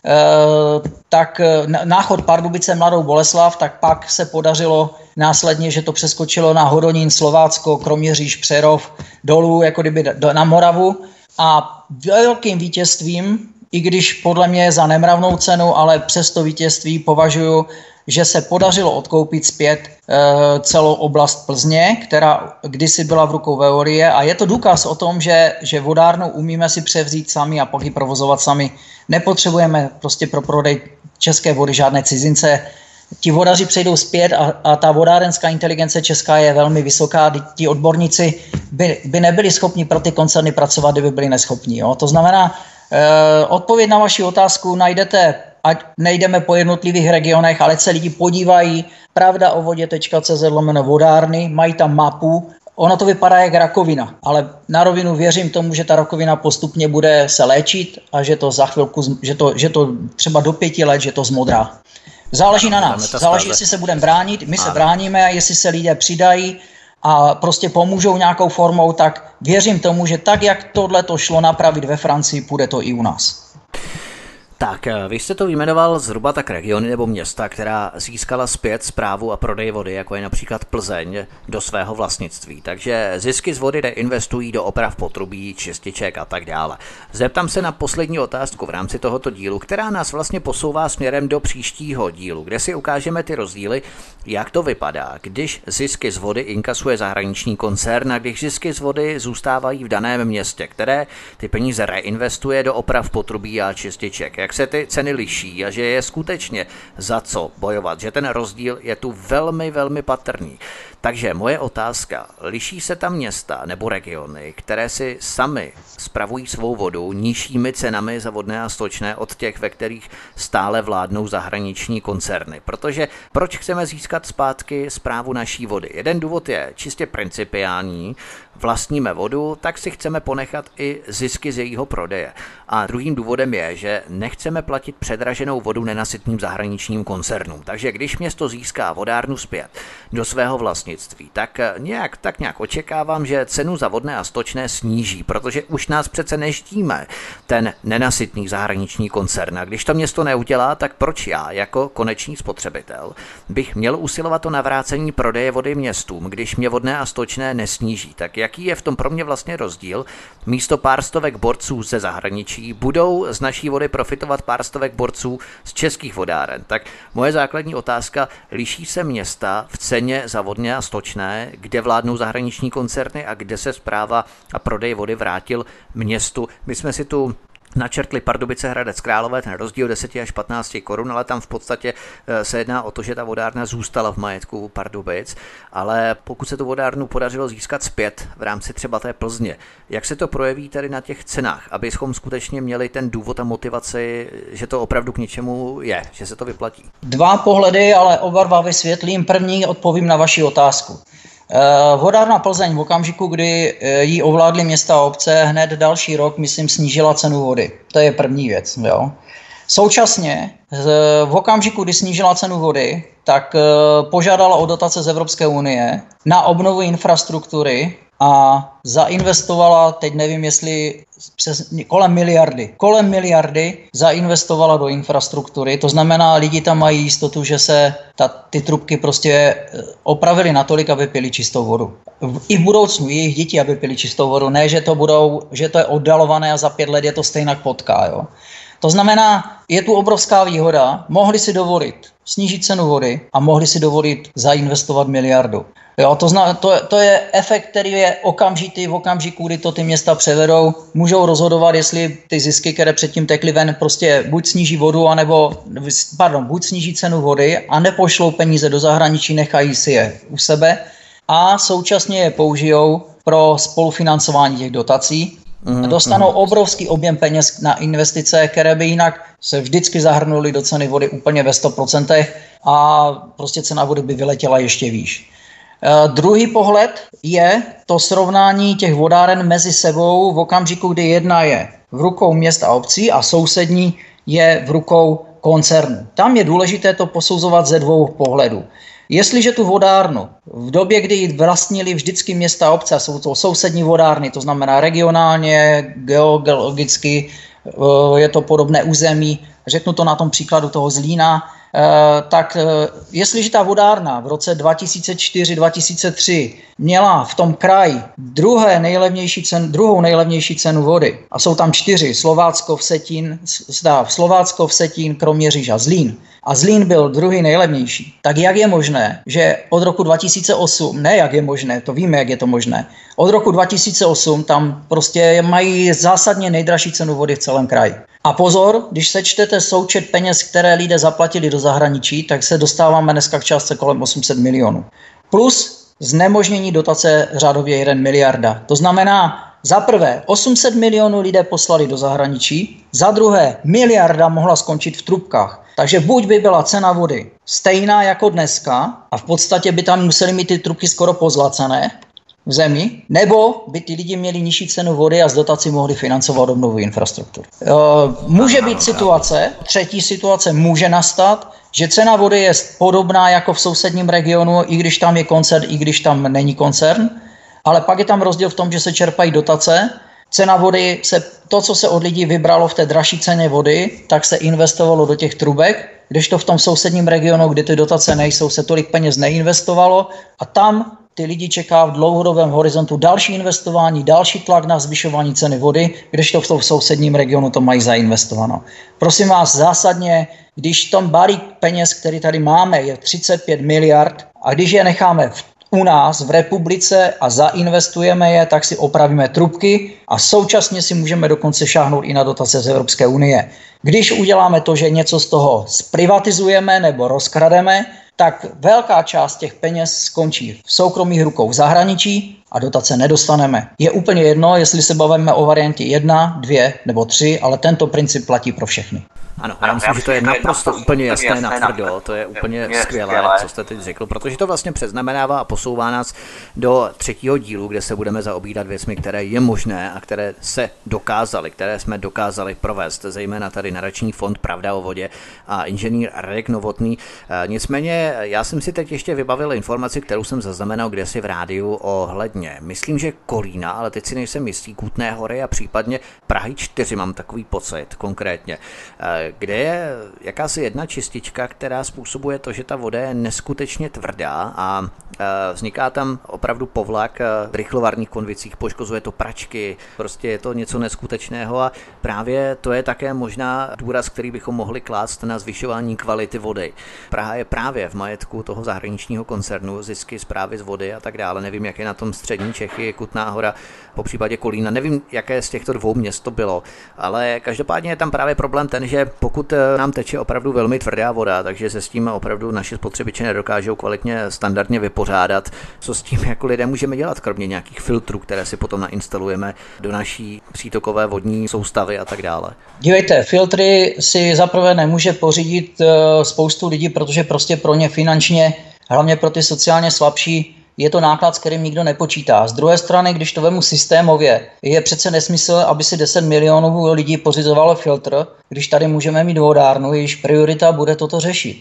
[SPEAKER 2] Pardubice Mladou Boleslav, tak pak se podařilo následně, že to přeskočilo na Hodonín, Slovácko, Kroměříž, Přerov, dolů, jako kdyby na Moravu a velkým vítězstvím, i když podle mě je za nemravnou cenu, ale přesto vítězství považuji, že se podařilo odkoupit zpět celou oblast Plzně, která kdysi byla v rukou Veolie a je to důkaz o tom, že vodárnu umíme si převzít sami a pak ji provozovat sami. Nepotřebujeme prostě pro prodej české vody žádné cizince. Ti vodaři přejdou zpět a ta vodárenská inteligence česká je velmi vysoká. Ti odborníci by nebyli schopni pro ty koncerny pracovat, kdyby byli neschopní. Jo? To znamená, odpověď na vaši otázku najdete, ať nejdeme po jednotlivých regionech, ale se lidi podívají pravdaovodě.cz/vodárny, mají tam mapu. Ono to vypadá jak rakovina, ale na rovinu věřím tomu, že ta rakovina postupně bude se léčit a že to za chvilku, že to třeba do 5 let, že to zmodrá. Záleží na nás, záleží, jestli se budeme bránit, my se bráníme, jestli se lidé přidají a prostě pomůžou nějakou formou, tak věřím tomu, že tak, jak tohle to šlo napravit ve Francii, půjde to i u nás.
[SPEAKER 1] Tak, vy jste to vyjmenoval zhruba tak regiony nebo města, která získala zpět správu a prodej vody, jako je například Plzeň, do svého vlastnictví. Takže zisky z vody reinvestují do oprav potrubí, čističek a tak dále. Zeptám se na poslední otázku v rámci tohoto dílu, která nás vlastně posouvá směrem do příštího dílu, kde si ukážeme ty rozdíly, jak to vypadá, když zisky z vody inkasuje zahraniční koncern a když zisky z vody zůstávají v daném městě, které ty peníze reinvestuje do oprav potrubí a čističek. Jak se ty ceny liší a že je skutečně za co bojovat, že ten rozdíl je tu velmi, velmi patrný. Takže moje otázka, liší se tam města nebo regiony, které si sami spravují svou vodu nižšími cenami za vodné a stočné od těch, ve kterých stále vládnou zahraniční koncerny? Protože proč chceme získat zpátky správu naší vody? Jeden důvod je čistě principiální, vlastníme vodu, tak si chceme ponechat i zisky z jejího prodeje. A druhým důvodem je, že nechceme platit předraženou vodu nenasytným zahraničním koncernům. Takže když město získá vodárnu zpět do svého vlastnictví, tak nějak očekávám, že cenu za vodné a stočné sníží, protože už nás přece neštíme ten nenasytný zahraniční koncern. A když to město neudělá, tak proč já jako konečný spotřebitel bych měl usilovat o navrácení prodeje vody městům, když mě vodné a stočné nesníží? Tak jaký je v tom pro mě vlastně rozdíl? Místo pár stovek borců ze zahraničí budou z naší vody profitovat pár stovek borců z českých vodáren. Tak moje základní otázka, liší se města v ceně za vodné a stočné, kde vládnou zahraniční koncerny a kde se správa a prodej vody vrátil městu? My jsme si tu načrtli Pardubice, Hradec Králové, ten rozdíl 10 až 15 korun, ale tam v podstatě se jedná o to, že ta vodárna zůstala v majetku Pardubic, ale pokud se tu vodárnu podařilo získat zpět v rámci třeba té Plzně, jak se to projeví tady na těch cenách, abychom skutečně měli ten důvod a motivaci, že to opravdu k něčemu je, že se to vyplatí?
[SPEAKER 2] Dva pohledy, ale oba dva vysvětlím. První odpovím na vaši otázku. Vodárna Plzeň v okamžiku, kdy jí ovládly města a obce, hned další rok, myslím, snížila cenu vody. To je první věc. Jo. Současně v okamžiku, kdy snížila cenu vody, tak požádala o dotace z Evropské unie na obnovu infrastruktury a zainvestovala, teď nevím, jestli kolem miliardy zainvestovala do infrastruktury. To znamená, lidi tam mají jistotu, že se ty trubky prostě opravily natolik, aby pili čistou vodu. I v budoucnu jejich děti, aby pili čistou vodu. Ne, že to je oddalované a za 5 let je to stejnak potká. Jo. To znamená, je tu obrovská výhoda, mohli si dovolit snížit cenu vody a mohli si dovolit zainvestovat miliardu. Jo, to je efekt, který je okamžitý, v okamžiku, kdy to ty města převedou, můžou rozhodovat, jestli ty zisky, které předtím tekly ven, prostě buď sníží vodu, buď sníží cenu vody a nepošlou peníze do zahraničí, nechají si je u sebe a současně je použijou pro spolufinancování těch dotací. Dostanou obrovský objem peněz na investice, které by jinak se vždycky zahrnuly do ceny vody úplně ve 100% a prostě cena vody by vyletěla ještě výš. Druhý pohled je to srovnání těch vodáren mezi sebou v okamžiku, kdy jedna je v rukou měst a obcí a sousední je v rukou koncernu. Tam je důležité to posuzovat ze dvou pohledů. Jestliže tu vodárnu v době, kdy ji vlastnili vždycky města a obce, jsou to sousední vodárny, to znamená regionálně, geologicky, je to podobné území, řeknu to na tom příkladu toho Zlína, tak jestliže ta vodárna v roce 2004-2003 měla v tom kraji druhou nejlevnější cenu vody, a jsou tam 4, Slovácko, Vsetín, Kroměříž a Zlín, a Zlín byl druhý nejlevnější, tak jak je možné, že od roku 2008, to víme, jak je to možné, od roku 2008 tam prostě mají zásadně nejdražší cenu vody v celém kraji. A pozor, když sečtete součet peněz, které lidé zaplatili do zahraničí, tak se dostáváme dneska k částce kolem 800 milionů. Plus znemožnění dotace řádově 1 miliarda. To znamená, za prvé 800 milionů lidé poslali do zahraničí, za druhé miliarda mohla skončit v trubkách. Takže buď by byla cena vody stejná jako dneska a v podstatě by tam museli mít ty trubky skoro pozlacené v zemi, nebo by ty lidi měli nižší cenu vody a z dotací mohli financovat obnovu infrastruktury. Může být třetí situace může nastat, že cena vody je podobná jako v sousedním regionu, i když tam je koncern, i když tam není koncern, ale pak je tam rozdíl v tom, že se čerpají dotace, cena vody to, co se od lidí vybralo v té dražší ceně vody, tak se investovalo do těch trubek, kdežto v tom sousedním regionu, kde ty dotace nejsou, se tolik peněz neinvestovalo a tam ty lidi čeká v dlouhodobém horizontu další investování, další tlak na zvyšování ceny vody, kdežto v tom sousedním regionu to mají zainvestováno. Prosím vás zásadně, když tom balík peněz, který tady máme, je 35 miliard a když je necháme u nás v republice a zainvestujeme je, tak si opravíme trubky a současně si můžeme dokonce šáhnout i na dotace z Evropské unie. Když uděláme to, že něco z toho zprivatizujeme nebo rozkrademe, tak velká část těch peněz skončí v soukromých rukou v zahraničí a dotace nedostaneme. Je úplně jedno, jestli se bavíme o variantě 1, 2 nebo 3, ale tento princip platí pro všechny.
[SPEAKER 1] Ano, já myslím, že to je naprosto úplně jasné natvrdo, to je úplně skvělé, co jste teď řekl, protože to vlastně předznamenává a posouvá nás do 3. dílu, kde se budeme zaobírat věcmi, které je možné a které jsme dokázali provést, zejména tady Nadační fond Pravda o vodě a inženýr Radek Novotný. Nicméně já jsem si teď ještě vybavil informaci, kterou jsem zaznamenal kdesi v rádiu ohledně, myslím, že Kolína, ale teď si nejsem jistý, Kutné Hory a případně Prahy 4, mám takový pocit konkrétně, kde je jakási jedna čistička, která způsobuje to, že ta voda je neskutečně tvrdá a vzniká tam opravdu povlak v rychlovarných konvicích, poškozuje to pračky, prostě je to něco neskutečného a právě to je také možná důraz, který bychom mohli klást na zvyšování kvality vody. Praha je právě v majetku toho zahraničního koncernu, zisky zprávy z vody a tak dále. Nevím, jak je na tom střední Čechy, Kutná Hora, popřípadě Kolína. Nevím, jaké z těchto dvou měst to bylo, ale každopádně je tam právě problém ten, že pokud nám teče opravdu velmi tvrdá voda, takže se s tím opravdu naši spotřebiči nedokážou kvalitně standardně vypořádat, co s tím jako lidé můžeme dělat, kromě nějakých filtrů, které si potom nainstalujeme do naší přítokové vodní soustavy a tak dále.
[SPEAKER 2] Dívejte, filtry si zaprvé nemůže pořídit spoustu lidí, protože prostě pro ně finančně, hlavně pro ty sociálně slabší, je to náklad, s kterým nikdo nepočítá. Z druhé strany, když to vemu systémově, je přece nesmysl, aby si 10 milionů lidí pořizovalo filtr, když tady můžeme mít vodárnu, jejíž priorita bude toto řešit.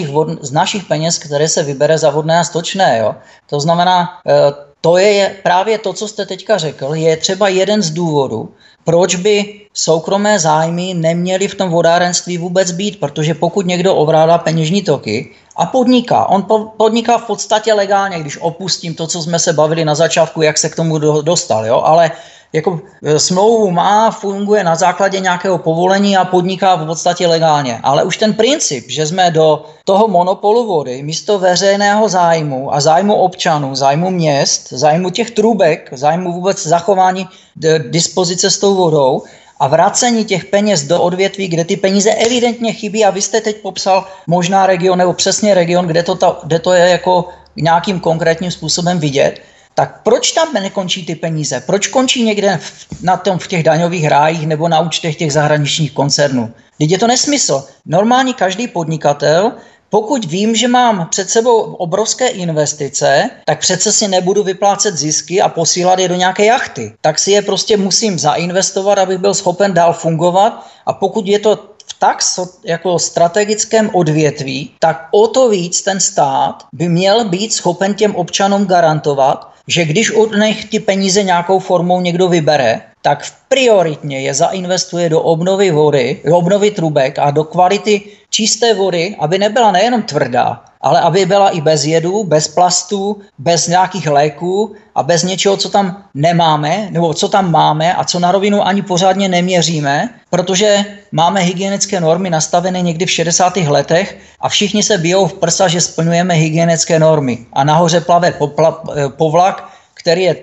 [SPEAKER 2] Z našich peněz, které se vybere za vodné a stočné. Jo? To znamená, to je právě to, co jste teďka řekl, je třeba jeden z důvodů, proč by soukromé zájmy neměly v tom vodárenství vůbec být, protože pokud někdo ovládá peněžní toky a podniká v podstatě legálně, když opustím to, co jsme se bavili na začátku, jak se k tomu dostal, jo? Ale jako smlouvu má, funguje na základě nějakého povolení a podniká v podstatě legálně. Ale už ten princip, že jsme do toho monopolu vody místo veřejného zájmu a zájmu občanů, zájmu měst, zájmu těch trubek, zájmu vůbec zachování dispozice s tou vodou a vracení těch peněz do odvětví, kde ty peníze evidentně chybí a vy jste teď popsal možná region nebo přesně region, kde to je jako nějakým konkrétním způsobem vidět, tak proč tam nekončí ty peníze? Proč končí někde v těch daňových rájích nebo na účtech těch zahraničních koncernů? Vždyť je to nesmysl. Normálně každý podnikatel, pokud vím, že mám před sebou obrovské investice, tak přece si nebudu vyplácet zisky a posílat je do nějaké jachty. Tak si je prostě musím zainvestovat, abych byl schopen dál fungovat a pokud je to v tak jako strategickém odvětví, tak o to víc ten stát by měl být schopen těm občanům garantovat, že když od nich ty peníze nějakou formou někdo vybere, tak prioritně je zainvestuje do obnovy vody, do obnovy trubek a do kvality čisté vody, aby nebyla nejenom tvrdá, ale aby byla i bez jedu, bez plastů, bez nějakých léků a bez něčeho, co tam nemáme, nebo co tam máme a co na rovinu ani pořádně neměříme, protože máme hygienické normy nastavené někdy v 60. letech a všichni se bijou v prsa, že splňujeme hygienické normy. A nahoře plave povlak, který je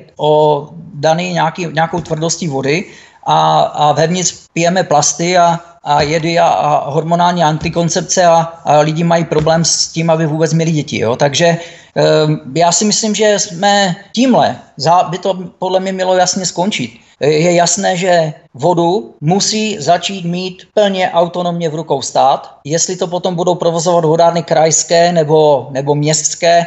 [SPEAKER 2] daný nějakou tvrdostí vody a vevnitř pijeme plasty a jedy a hormonální antikoncepce a lidi mají problém s tím, aby vůbec měli děti. Jo? Takže já si myslím, že jsme tímhle, by to podle mě mělo jasně skončit. Je jasné, že vodu musí začít mít plně autonomně v rukou stát. Jestli to potom budou provozovat vodárny krajské nebo městské,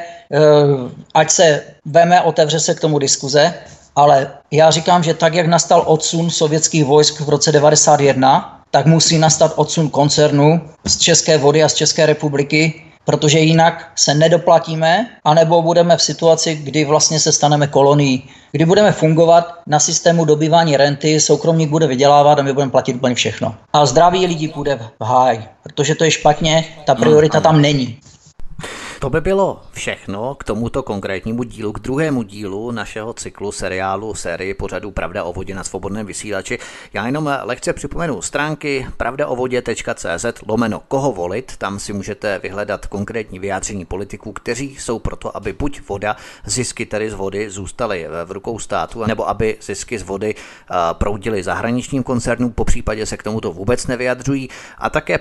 [SPEAKER 2] ať se otevře se k tomu diskuze. Ale já říkám, že tak, jak nastal odsun sovětských vojsk v roce 1991, tak musí nastat odsun koncernů z České vody a z České republiky protože jinak se nedoplatíme, anebo budeme v situaci, kdy vlastně se staneme kolonií, kdy budeme fungovat na systému dobývání renty, soukromník bude vydělávat a my budeme platit úplně všechno. A zdraví lidí půjde v háj, protože to je špatně, ta priorita tam není.
[SPEAKER 1] To by bylo všechno k tomuto konkrétnímu dílu, k druhému dílu našeho cyklu sérii pořadu Pravda o vodě na Svobodném vysílači. Já jenom lehce připomenu stránky pravdaovodě.cz/koho volit. Tam si můžete vyhledat konkrétní vyjádření politiků, kteří jsou proto, aby buď voda, zisky tedy z vody zůstaly v rukou státu, nebo aby zisky z vody proudily zahraničním koncernům, popřípadě se k tomuto vůbec nevyjadřují. A také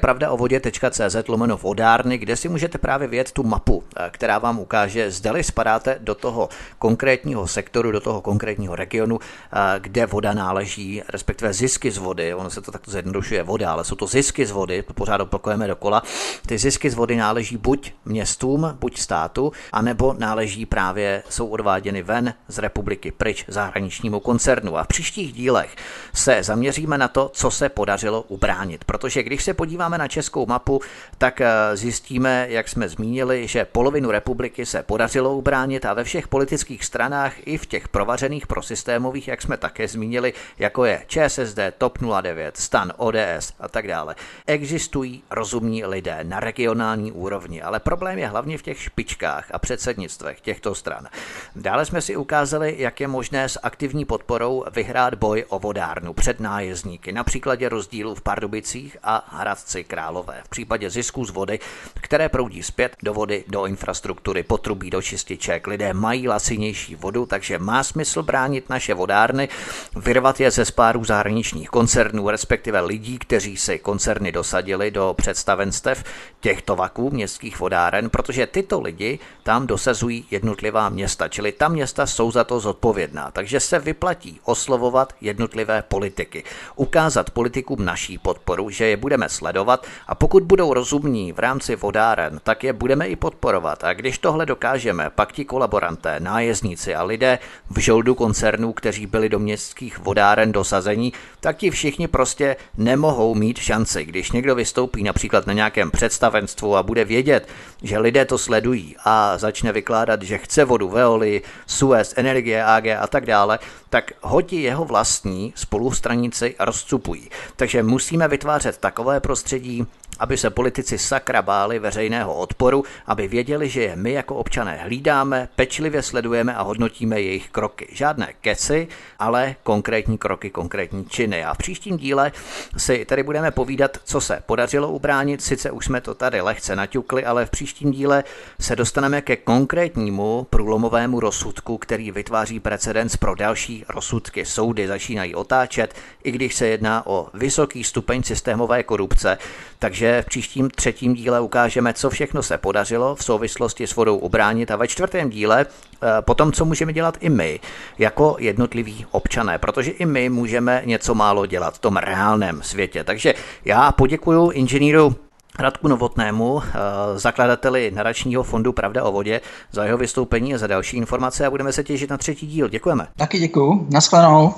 [SPEAKER 1] pravdaovodě.cz/vodárny, kde si můžete právě vyjet tu mapu, která vám ukáže, zdali spadáte do toho konkrétního sektoru, do toho konkrétního regionu, kde voda náleží, respektive zisky z vody. Ono se to takto zjednodušuje voda, ale jsou to zisky z vody, pořád opakujeme dokola. Ty zisky z vody náleží buď městům, buď státu, anebo náleží právě, jsou odváděny ven z republiky pryč zahraničnímu koncernu. A v příštích dílech se zaměříme na to, co se podařilo ubránit. Protože když se podíváme na českou mapu, tak zjistíme, jak jsme zmínili, že polovinu republiky se podařilo ubránit a ve všech politických stranách i v těch provařených prosystémových, jak jsme také zmínili, jako je ČSSD, TOP 09, STAN, ODS a tak dále. Existují rozumní lidé na regionální úrovni, ale problém je hlavně v těch špičkách a předsednictvech těchto stran. Dále jsme si ukázali, jak je možné s aktivní podporou vyhrát boj o vodárnu před nájezdníky, na příkladě rozdílů v Pardubicích a Hradci Králové. V případě zisků z vody, které proudí zpět do vody, do infrastruktury, potrubí, do čističek. Lidé mají lacinější vodu, takže má smysl bránit naše vodárny, vyrvat je ze spárů zahraničních koncernů, respektive lidí, kteří si koncerny dosadili do představenstev těchto vaků městských vodáren, protože tyto lidi tam dosazují jednotlivá města, čili ta města jsou za to zodpovědná. Takže se vyplatí oslovovat jednotlivé politiky, ukázat politikům naší podporu, že je budeme sledovat a pokud budou rozumní v rámci vodáren, tak je budeme i podporovat. A když tohle dokážeme, pak ti kolaboranté, nájezdníci a lidé v žoldu koncernů, kteří byli do městských vodáren dosazení, tak ti všichni prostě nemohou mít šanci. Když někdo vystoupí například na nějakém představenstvu a bude vědět, že lidé to sledují a začne vykládat, že chce vodu Veoly, Suez, Energie, AG a tak dále, tak ho ti jeho vlastní spolustraníci rozcupují. Takže musíme vytvářet takové prostředí, aby se politici sakra báli veřejného odporu, aby věděli, že je my jako občané hlídáme, pečlivě sledujeme a hodnotíme jejich kroky. Žádné keci, ale konkrétní kroky, konkrétní činy. A v příštím díle si tady budeme povídat, co se podařilo ubránit. Sice už jsme to tady lehce naťukli, ale v příštím díle se dostaneme ke konkrétnímu průlomovému rozsudku, který vytváří precedens pro další rozsudky. Soudy začínají otáčet, i když se jedná o vysoký stupeň systémové korupce. Takže v příštím třetím díle ukážeme, co všechno se podařilo v souvislosti s vodou ubránit a ve čtvrtém díle potom, co můžeme dělat i my jako jednotliví občané, protože i my můžeme něco málo dělat v tom reálném světě. Takže já poděkuju inženýru Radku Novotnému, zakladateli nadačního fondu Pravda o vodě, za jeho vystoupení a za další informace a budeme se těšit na třetí díl. Děkujeme.
[SPEAKER 2] Taky děkuju. Naschledanou.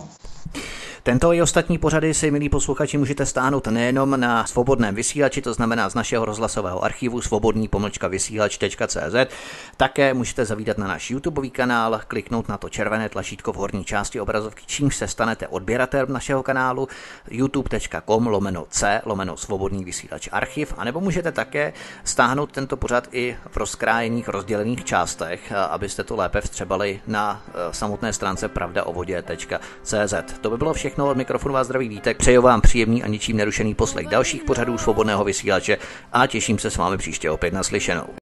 [SPEAKER 1] Tento i ostatní pořady si, milí posluchači, můžete stáhnout nejenom na Svobodném vysílači, to znamená z našeho rozhlasového archivu svobodný-vysílač.cz, také můžete zavídat na náš YouTubeový kanál, kliknout na to červené tlačítko v horní části obrazovky, čímž se stanete odběratelem našeho kanálu youtube.com/c/svobodný vysílač archiv, anebo můžete také stáhnout tento pořad i v rozkrájených, rozdělených částech, abyste to lépe vstřebali na samotné stránce pravdaovodě.cz. To by bylo všechno. Od mikrofonu vás zdraví Vítek, přeju vám příjemný a ničím nerušený poslech dalších pořadů Svobodného vysílače a těším se s vámi příště opět naslyšenou.